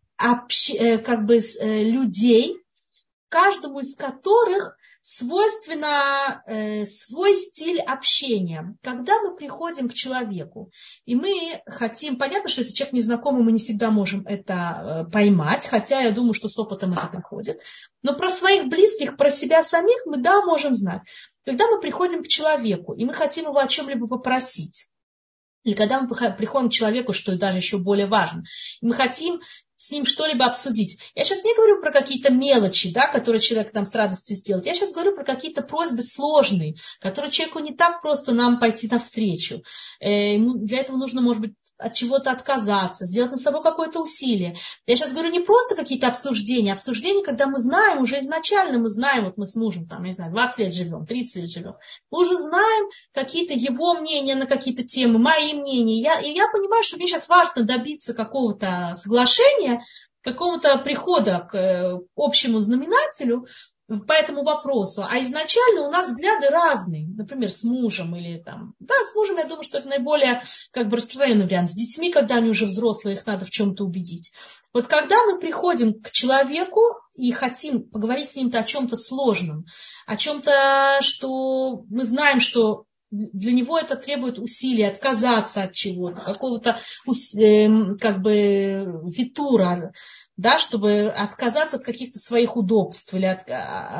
людей, каждому из которых свойственно свой стиль общения. Когда мы приходим к человеку, и мы хотим, понятно, что если человек незнакомый, мы не всегда можем это поймать, хотя я думаю, что с опытом это приходит, но про своих близких, про себя самих мы, да, можем знать. Когда мы приходим к человеку, и мы хотим его о чем-либо попросить, или когда мы приходим к человеку, что даже еще более важно, и мы хотим с ним что-либо обсудить. Я сейчас не говорю про какие-то мелочи, да, которые человек там с радостью сделает. Я сейчас говорю про какие-то просьбы сложные, которые человеку не так просто нам пойти навстречу. Для этого нужно, может быть, от чего-то отказаться, сделать над собой какое-то усилие. Я сейчас говорю не просто какие-то обсуждения, когда мы знаем, уже изначально мы знаем, вот мы с мужем, там, я не знаю, 20 лет живем, 30 лет живем, мы уже знаем какие-то его мнения на какие-то темы, мои мнения. И я понимаю, что мне сейчас важно добиться какого-то соглашения, какого-то прихода к общему знаменателю по этому вопросу. А изначально у нас взгляды разные. Например, с мужем или там... Да, с мужем, я думаю, что это наиболее распространенный вариант. С детьми, когда они уже взрослые, их надо в чем-то убедить. Вот когда мы приходим к человеку и хотим поговорить с ним о чем-то сложном, о чем-то, что мы знаем, что для него это требует усилий, отказаться от чего-то, какого-то как бы витура, да, чтобы отказаться от каких-то своих удобств или от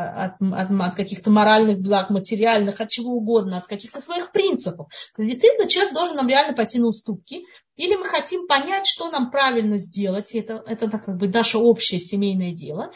каких-то моральных благ, материальных, от чего угодно, от каких-то своих принципов. Действительно, человек должен нам реально пойти на уступки. Или мы хотим понять, что нам правильно сделать, и это как бы наше общее семейное дело,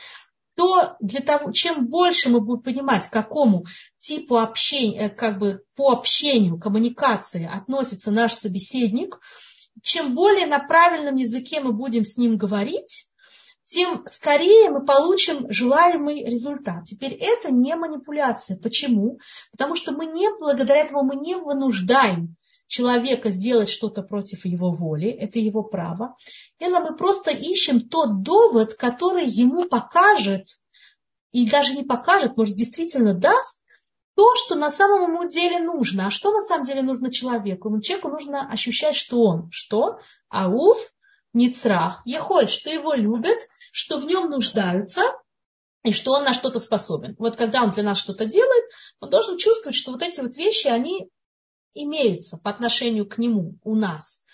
то для того, чем больше мы будем понимать, к какому типу общения, как бы по общению, коммуникации относится наш собеседник, чем более на правильном языке мы будем с ним говорить, тем скорее мы получим желаемый результат. Теперь это не манипуляция. Почему? Потому что благодаря этому мы не вынуждаем человека сделать что-то против его воли, это его право. Или мы просто ищем тот довод, который ему покажет, и даже не покажет, может, действительно даст то, что на самом деле нужно. А что на самом деле нужно человеку? Человеку нужно ощущать, что он, ауф, ницрах, ехоль, что его любят, что в нем нуждаются, и что он на что-то способен. Вот когда он для нас что-то делает, он должен чувствовать, что вот эти вот вещи, они имеются по отношению к нему, у нас.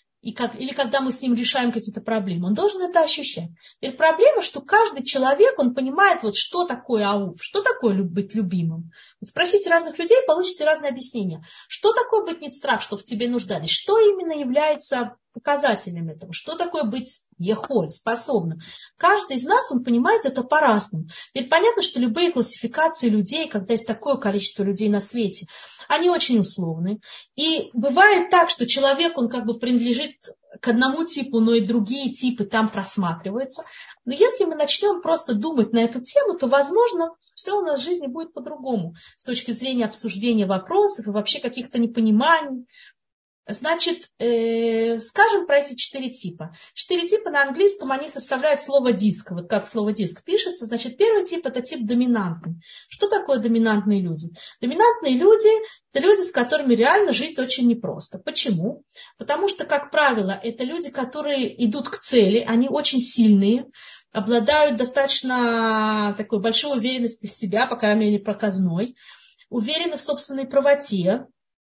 Или когда мы с ним решаем какие-то проблемы, он должен это ощущать. Теперь проблема, что каждый человек, он понимает, вот что такое ауф, что такое быть любимым. Вот спросите разных людей, получите разные объяснения. Что такое быть ницрах, что в тебе нуждались? Что именно является показателем этого? Что такое быть ехоль, способным? Каждый из нас, он понимает это по-разному. Теперь понятно, что любые классификации людей, когда есть такое количество людей на свете, они очень условны. И бывает так, что человек, он как бы принадлежит к одному типу, но и другие типы там просматриваются. Но если мы начнем просто думать на эту тему, то, возможно, все у нас в жизни будет по-другому. С точки зрения обсуждения вопросов и вообще каких-то непониманий. Значит, скажем про эти 4 типа. 4 типа на английском, они составляют слово диск. Вот как слово диск пишется. Значит, первый тип – это тип доминантный. Что такое доминантные люди? Доминантные люди – это люди, с которыми реально жить очень непросто. Почему? Потому что, как правило, это люди, которые идут к цели, они очень сильные, обладают достаточно такой большой уверенностью в себя, по крайней мере, проказной, уверены в собственной правоте.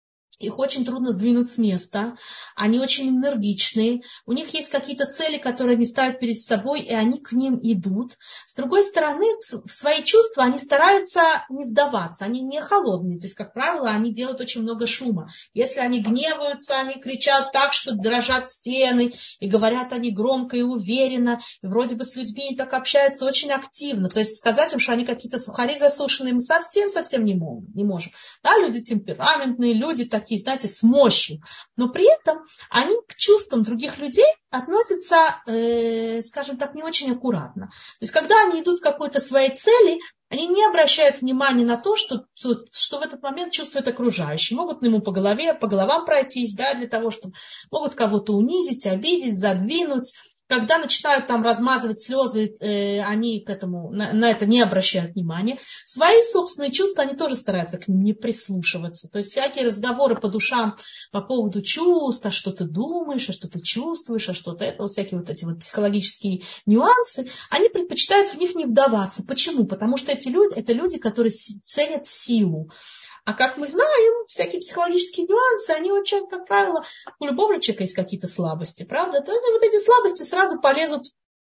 Их очень трудно сдвинуть с места, они очень энергичные, у них есть какие-то цели, которые они ставят перед собой, и они к ним идут. С другой стороны, в свои чувства они стараются не вдаваться, они не холодные, то есть, как правило, они делают очень много шума. Если они гневаются, они кричат так, что дрожат стены, и говорят они громко и уверенно, и вроде бы с людьми они так общаются очень активно. То есть сказать им, что они какие-то сухари засушенные, мы совсем не можем. Да, люди темпераментные, люди такие, знаете, с мощью, но при этом они к чувствам других людей относятся, скажем так, не очень аккуратно. То есть, когда они идут к какой-то своей цели, они не обращают внимания на то, что в этот момент чувствуют окружающие. Могут ему по головам пройтись, да, для того, чтобы могут кого-то унизить, обидеть, задвинуть. Когда начинают там размазывать слезы, они на это не обращают внимания. Свои собственные чувства, они тоже стараются к ним не прислушиваться. То есть всякие разговоры по душам по поводу чувств, а что ты думаешь, а что ты чувствуешь, а что-то это, всякие вот эти вот психологические нюансы, они предпочитают в них не вдаваться. Почему? Потому что это люди, которые ценят силу. А как мы знаем, всякие психологические нюансы, они очень, как правило, у любого человека есть какие-то слабости, правда? То есть вот эти слабости сразу полезут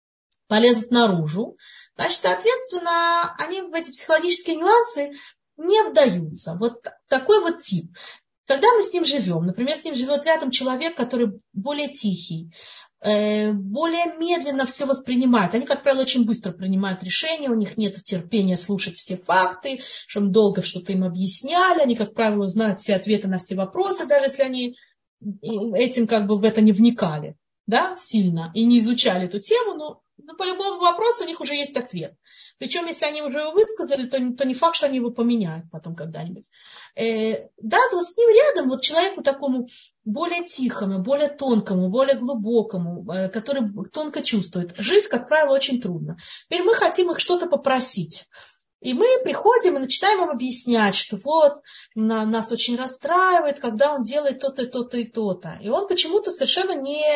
наружу. Значит, соответственно, они в эти психологические нюансы не вдаются. Вот такой вот тип. Когда мы с ним живем, например, с ним живет рядом человек, который более тихий, более медленно все воспринимают. Они, как правило, очень быстро принимают решения, у них нет терпения слушать все факты, что им долго что-то им объясняли, они, как правило, знают все ответы на все вопросы, даже если они этим как бы в это не вникали, да, сильно, и не изучали эту тему, но по любому вопросу у них уже есть ответ. Причем, если они уже его высказали, то не факт, что они его поменяют потом когда-нибудь. Да, то с ним рядом, вот человеку такому более тихому, более тонкому, более глубокому, который тонко чувствует, жить, как правило, очень трудно. Теперь мы хотим их что-то попросить. И мы приходим и начинаем им объяснять, что вот нас очень расстраивает, когда он делает то-то, то-то и то-то. И он почему-то совершенно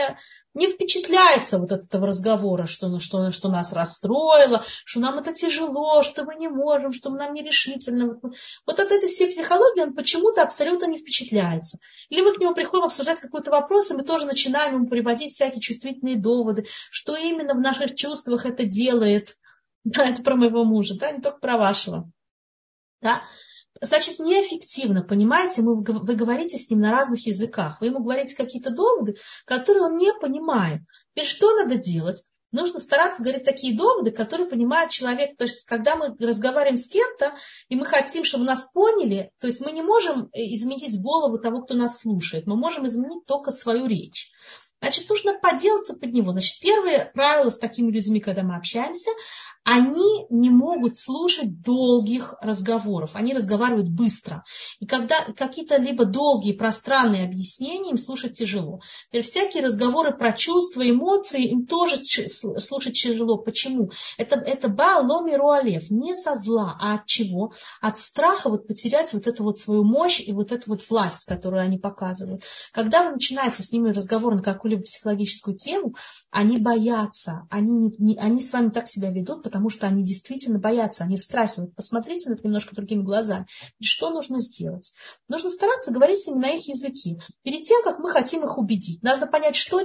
не впечатляется вот от этого разговора, что нас расстроило, что нам это тяжело, что мы не можем, что нам нерешительно. Вот от этой всей психологии он почему-то абсолютно не впечатляется. Или мы к нему приходим обсуждать какой-то вопрос, и мы тоже начинаем ему приводить всякие чувствительные доводы, что именно в наших чувствах это делает. Да, это про моего мужа, да, не только про вашего. Да. Значит, неэффективно, понимаете, вы говорите с ним на разных языках, вы ему говорите какие-то доводы, которые он не понимает. И что надо делать? Нужно стараться говорить такие доводы, которые понимает человек. То есть, когда мы разговариваем с кем-то, и мы хотим, чтобы нас поняли, то есть мы не можем изменить голову того, кто нас слушает, мы можем изменить только свою речь. Значит, нужно поделаться под него. Значит, первое правило с такими людьми, когда мы общаемся, они не могут слушать долгих разговоров. Они разговаривают быстро. И когда какие-то либо долгие пространные объяснения им слушать тяжело. Теперь всякие разговоры про чувства, эмоции им тоже слушать тяжело. Почему? Это бааломи руалев. Не со зла, а от чего? От страха вот потерять вот эту вот свою мощь и вот эту вот власть, которую они показывают. Когда вы начинаете с ними разговор на какую-либо психологическую тему, они боятся. Они с вами так себя ведут, потому что они действительно боятся, они в страхе. Вот посмотрите на это немножко другими глазами. И что нужно сделать? Нужно стараться говорить с ними на их языке. Перед тем, как мы хотим их убедить, надо понять, что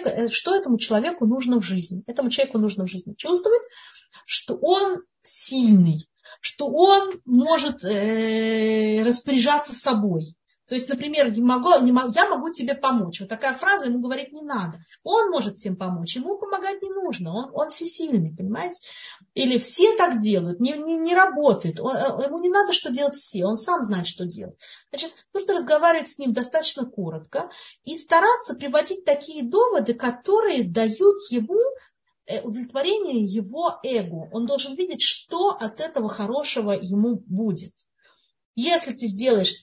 этому человеку нужно в жизни. Этому человеку нужно в жизни чувствовать, что он сильный, что он может распоряжаться собой. То есть, например, я могу тебе помочь. Вот такая фраза ему говорить не надо. Он может всем помочь, ему помогать не нужно. Он всесильный, понимаете? Или все так делают, не работает. Ему не надо, что делать все, он сам знает, что делать. Значит, нужно разговаривать с ним достаточно коротко и стараться приводить такие доводы, которые дают ему удовлетворение его эго. Он должен видеть, что от этого хорошего ему будет. Если ты сделаешь,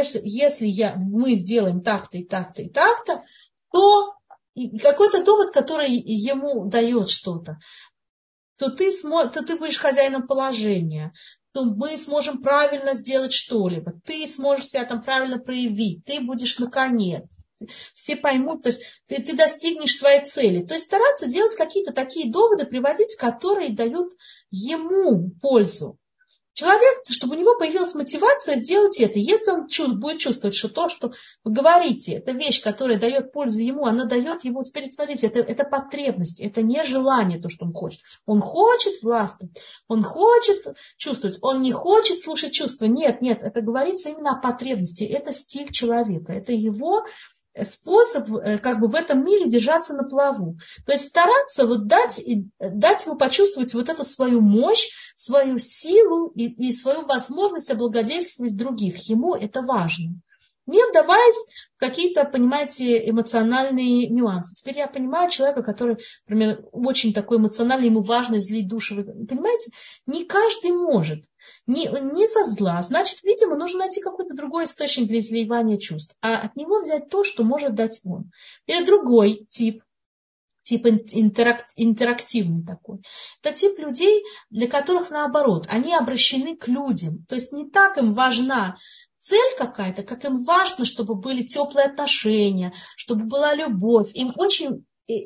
мы сделаем так-то и так-то и так-то, то какой-то довод, который ему дает что-то, то ты будешь хозяином положения, то мы сможем правильно сделать что-либо, ты сможешь себя там правильно проявить, ты будешь на коне. Все поймут, то есть ты достигнешь своей цели. То есть стараться делать какие-то такие доводы, приводить, которые дают ему пользу. Человек, чтобы у него появилась мотивация сделать это. Если он будет чувствовать, что то, что вы говорите, это вещь, которая дает пользу ему, она дает ему, теперь смотрите, это потребность, это не желание, то, что он хочет. Он хочет властвовать, он хочет чувствовать, он не хочет слушать чувства. Нет, это говорится именно о потребности, это стиль человека, это его способ как бы в этом мире держаться на плаву. То есть стараться вот дать ему почувствовать вот эту свою мощь, свою силу и свою возможность облагодетельствовать других. Ему это важно. Не вдаваясь в какие-то, понимаете, эмоциональные нюансы. Теперь я понимаю человека, который, например, очень такой эмоциональный, ему важно излить душу. Понимаете, не каждый может. Не со зла. Значит, видимо, нужно найти какой-то другой источник для изливания чувств. А от него взять то, что может дать он. Или другой тип интерактивный такой. Это тип людей, для которых наоборот, они обращены к людям. То есть не так им важна цель какая-то, как им важно, чтобы были теплые отношения, чтобы была любовь. Им очень...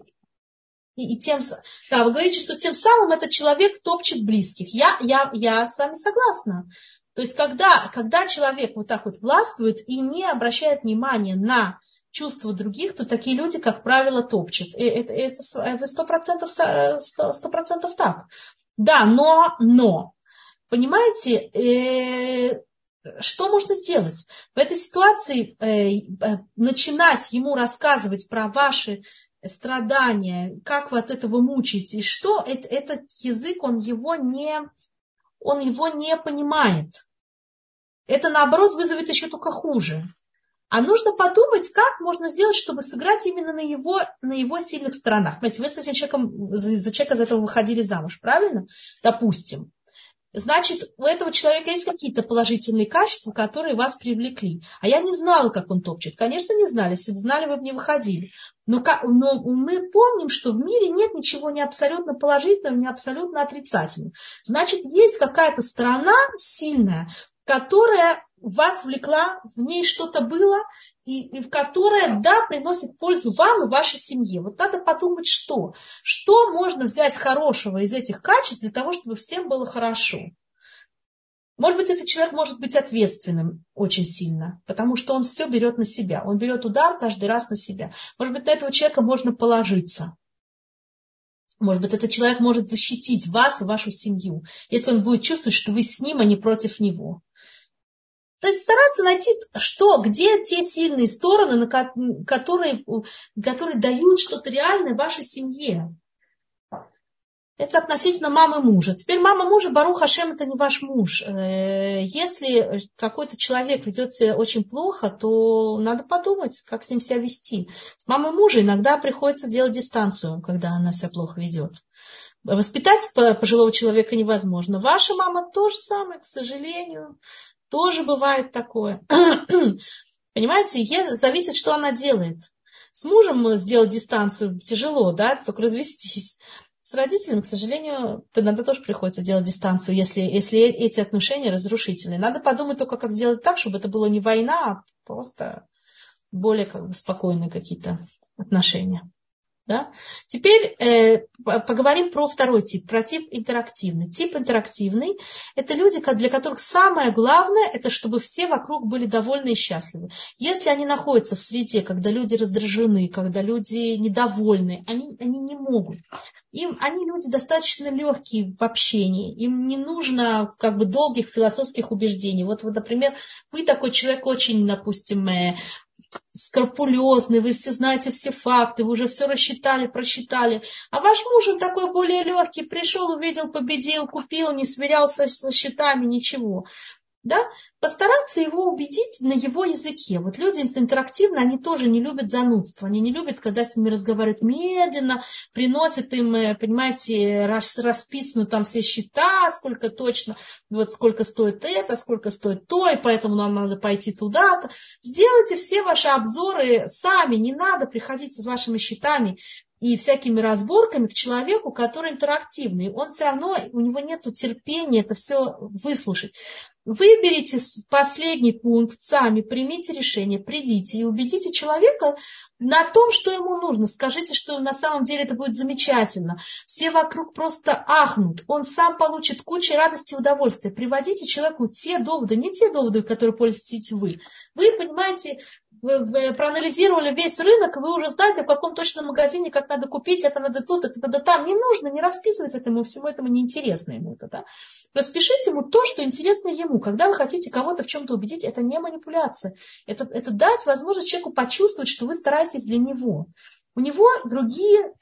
вы говорите, что тем самым этот человек топчет близких. Я с вами согласна. То есть, когда человек вот так вот властвует и не обращает внимания на чувства других, то такие люди, как правило, топчут. Это 100% так. Да, но понимаете, что можно сделать? В этой ситуации начинать ему рассказывать про ваши страдания, как вы от этого мучаетесь, что этот язык, он его не понимает. Это, наоборот, вызовет еще только хуже. А нужно подумать, как можно сделать, чтобы сыграть именно на его сильных сторонах. Понимаете, вы с этим человеком, за человека из этого выходили замуж, правильно? Допустим. Значит, у этого человека есть какие-то положительные качества, которые вас привлекли. А я не знала, как он топчет. Конечно, не знали. Если бы знали, вы бы не выходили. Но мы помним, что в мире нет ничего ни абсолютно положительного, ни абсолютно отрицательного. Значит, есть какая-то сторона сильная, которая вас влекла, в ней что-то было, и в которое, да, приносит пользу вам и вашей семье. Вот надо подумать, что можно взять хорошего из этих качеств для того, чтобы всем было хорошо. Может быть, этот человек может быть ответственным очень сильно, потому что он все берет на себя. Он берет удар каждый раз на себя. Может быть, на этого человека можно положиться. Может быть, этот человек может защитить вас и вашу семью, если он будет чувствовать, что вы с ним, а не против него. То есть стараться найти, где те сильные стороны, которые дают что-то реальное вашей семье. Это относительно мамы мужа. Теперь мама мужа, Барух Ашем, это не ваш муж. Если какой-то человек ведет себя очень плохо, то надо подумать, как с ним себя вести. С мамой мужа иногда приходится делать дистанцию, когда она себя плохо ведет. Воспитать пожилого человека невозможно. Ваша мама то же самое, к сожалению. Тоже бывает такое. Понимаете, зависит, что она делает. С мужем сделать дистанцию тяжело, да, только развестись. С родителями, к сожалению, иногда тоже приходится делать дистанцию, если эти отношения разрушительные. Надо подумать только, как сделать так, чтобы это была не война, а просто более спокойные какие-то отношения. Да? Теперь поговорим про второй тип, про тип интерактивный. Тип интерактивный – это люди, для которых самое главное – это чтобы все вокруг были довольны и счастливы. Если они находятся в среде, когда люди раздражены, когда люди недовольны, они не могут. Они люди достаточно легкие в общении, им не нужно долгих философских убеждений. Вот, например, вы такой человек очень, допустим, скрупулезный, вы все знаете все факты, вы уже все рассчитали, просчитали. А ваш муж, он такой более легкий, пришел, увидел, победил, купил, не сверялся со счетами, ничего. Да? Постараться его убедить на его языке. Вот люди интерактивно, они тоже не любят занудство, они не любят, когда с ними разговаривают медленно, приносят им, понимаете, расписаны там все счета, сколько точно, вот сколько стоит это, сколько стоит то, и поэтому нам надо пойти туда-то. Сделайте все ваши обзоры сами, не надо приходить с вашими счетами и всякими разборками к человеку, который интерактивный. Он все равно, у него нет терпения это все выслушать. Выберите последний пункт сами, примите решение, придите и убедите человека на том, что ему нужно. Скажите, что на самом деле это будет замечательно. Все вокруг просто ахнут. Он сам получит кучу радости и удовольствия. Приводите человеку те доводы, не те доводы, которые пользуетесь вы. Вы понимаете, вы проанализировали весь рынок, вы уже знаете, в каком точном магазине, как надо купить, это надо тут, это надо там. Не нужно, не расписывать этому, всему этому неинтересно ему это. Да? Распишите ему то, что интересно ему. Когда вы хотите кого-то в чем-то убедить, это не манипуляция. Это дать возможность человеку почувствовать, что вы стараетесь для него. У него другие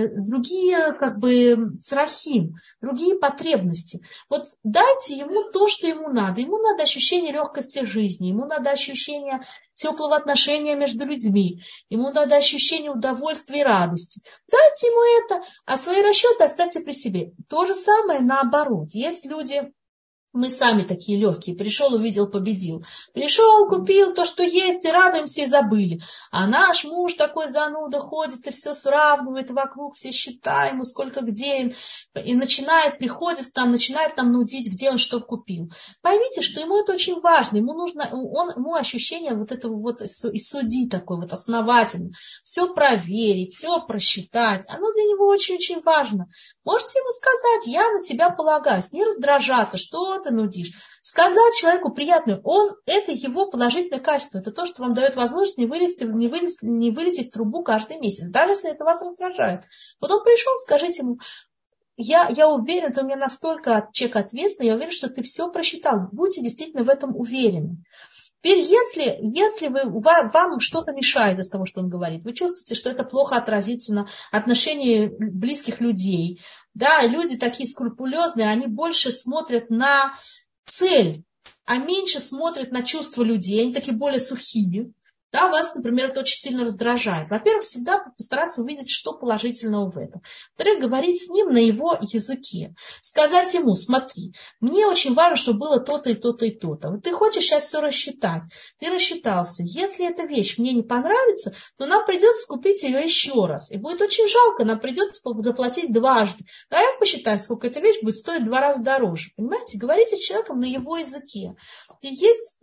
црахим, другие потребности. Вот дайте ему то, что ему надо. Ему надо ощущение легкости жизни, ему надо ощущение теплого отношения между людьми, ему надо ощущение удовольствия и радости. Дайте ему это, а свои расчеты оставьте при себе. То же самое наоборот. Есть люди... Мы сами такие легкие. Пришел, увидел, победил. Пришел, купил то, что есть, и радуемся, и забыли. А наш муж такой зануда ходит и все сравнивает вокруг, все счета ему, сколько где. И приходит там, начинает нам нудить, где он что купил. Поймите, что ему это очень важно. Ему ощущение вот этого вот и судьи такой вот основательно. Все проверить, все просчитать. Оно для него очень-очень важно. Можете ему сказать, я на тебя полагаюсь. Не раздражаться, что ты нудишь. Сказать человеку приятное, это его положительное качество. Это то, что вам дает возможность не вылететь в трубу каждый месяц, даже если это вас раздражает. Вот он пришел, скажите ему, я уверен, ты у меня настолько человек ответственный, я уверен, что ты все просчитал. Будьте действительно в этом уверены. Теперь, если вам что-то мешает из того, что он говорит, вы чувствуете, что это плохо отразится на отношении близких людей, да, люди такие скрупулезные, они больше смотрят на цель, а меньше смотрят на чувства людей, они такие более сухие, да, вас, например, это очень сильно раздражает. Во-первых, всегда постараться увидеть, что положительного в этом. Во-вторых, говорить с ним на его языке. Сказать ему: смотри, мне очень важно, чтобы было то-то и то-то и то-то. Вот ты хочешь сейчас все рассчитать. Ты рассчитался. Если эта вещь мне не понравится, то нам придется купить ее еще раз. И будет очень жалко, нам придется заплатить дважды. Давай посчитаем, сколько эта вещь будет стоить в 2 раза дороже. Понимаете? Говорите с человеком на его языке. И есть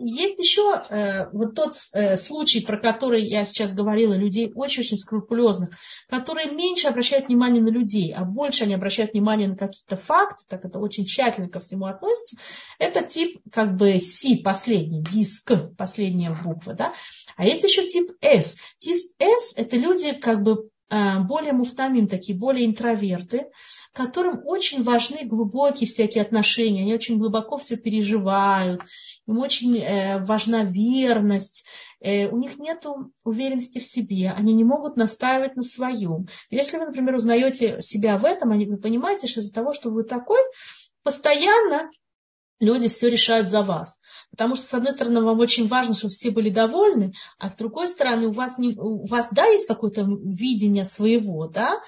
еще вот тот случай, про который я сейчас говорила, людей очень-очень скрупулезных, которые меньше обращают внимание на людей, а больше они обращают внимание на какие-то факты, так это очень тщательно ко всему относится. Это тип как бы C, последний, диск, последняя буква, да. А есть еще тип S. Тип S это люди как бы более муфтамим, такие более интроверты, которым очень важны глубокие всякие отношения, они очень глубоко все переживают, им очень важна верность, у них нет уверенности в себе, они не могут настаивать на своем. Если вы, например, узнаете себя в этом, вы понимаете, что из-за того, что вы такой, постоянно люди все решают за вас. Потому что, с одной стороны, вам очень важно, чтобы все были довольны, а с другой стороны, у вас да, есть какое-то видение своего, да,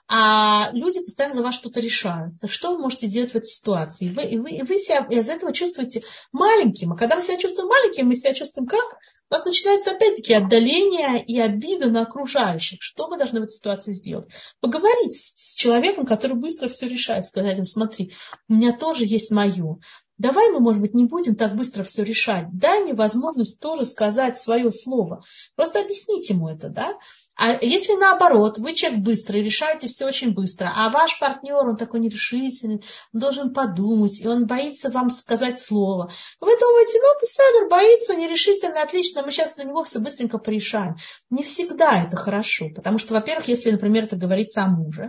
а люди постоянно за вас что-то решают. Так что вы можете сделать в этой ситуации? Вы себя из этого чувствуете маленьким. А когда мы себя чувствуем маленьким, мы себя чувствуем как? У нас начинается опять-таки отдаление и обида на окружающих. Что мы должны в этой ситуации сделать? Поговорить с человеком, который быстро все решает. Сказать им: смотри, у меня тоже есть мое. Давай мы, может быть, не будем так быстро все решать. Дай мне возможность тоже сказать свое слово. Просто объясните ему это, да? А если наоборот, вы человек быстрый, решаете все очень быстро, а ваш партнер, он такой нерешительный, он должен подумать, и он боится вам сказать слово. Вы думаете: ну, Беседер боится, нерешительный, отлично, мы сейчас за него все быстренько порешаем. Не всегда это хорошо, потому что, во-первых, если, например, это говорится о муже,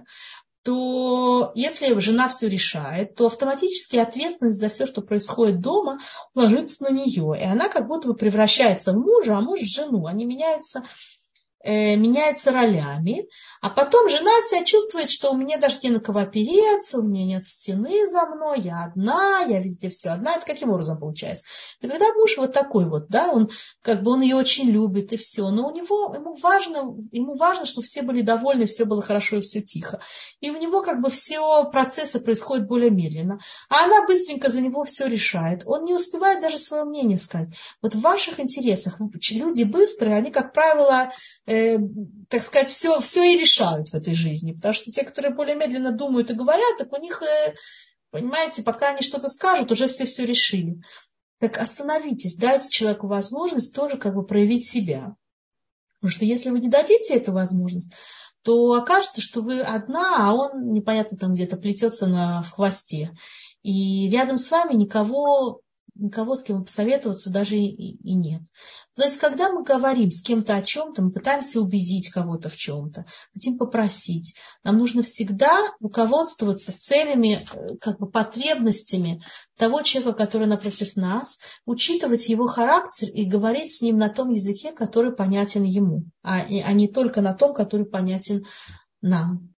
то если жена все решает, то автоматически ответственность за все, что происходит дома, ложится на нее. И она как будто бы превращается в мужа, а муж в жену. Они меняются ролями, а потом жена себя чувствует, что у меня даже не на кого опереться, у меня нет стены за мной, я одна, я везде все одна. Это каким образом получается? И когда муж вот такой вот, да, он ее очень любит и все, но ему важно, чтобы все были довольны, все было хорошо и все тихо. И у него все процессы происходят более медленно. А она быстренько за него все решает. Он не успевает даже свое мнение сказать. Вот в ваших интересах люди быстрые, они, как правило, так сказать, все и решают в этой жизни. Потому что те, которые более медленно думают и говорят, так у них, понимаете, пока они что-то скажут, уже все решили. Так остановитесь, дайте человеку возможность тоже проявить себя. Потому что если вы не дадите эту возможность, то окажется, что вы одна, а он непонятно там где-то плетется в хвосте. И рядом с вами никого, с кем посоветоваться даже и нет. То есть, когда мы говорим с кем-то о чем-то, мы пытаемся убедить кого-то в чем-то, хотим попросить, нам нужно всегда руководствоваться целями, потребностями того человека, который напротив нас, учитывать его характер и говорить с ним на том языке, который понятен ему, а не только на том, который понятен нам.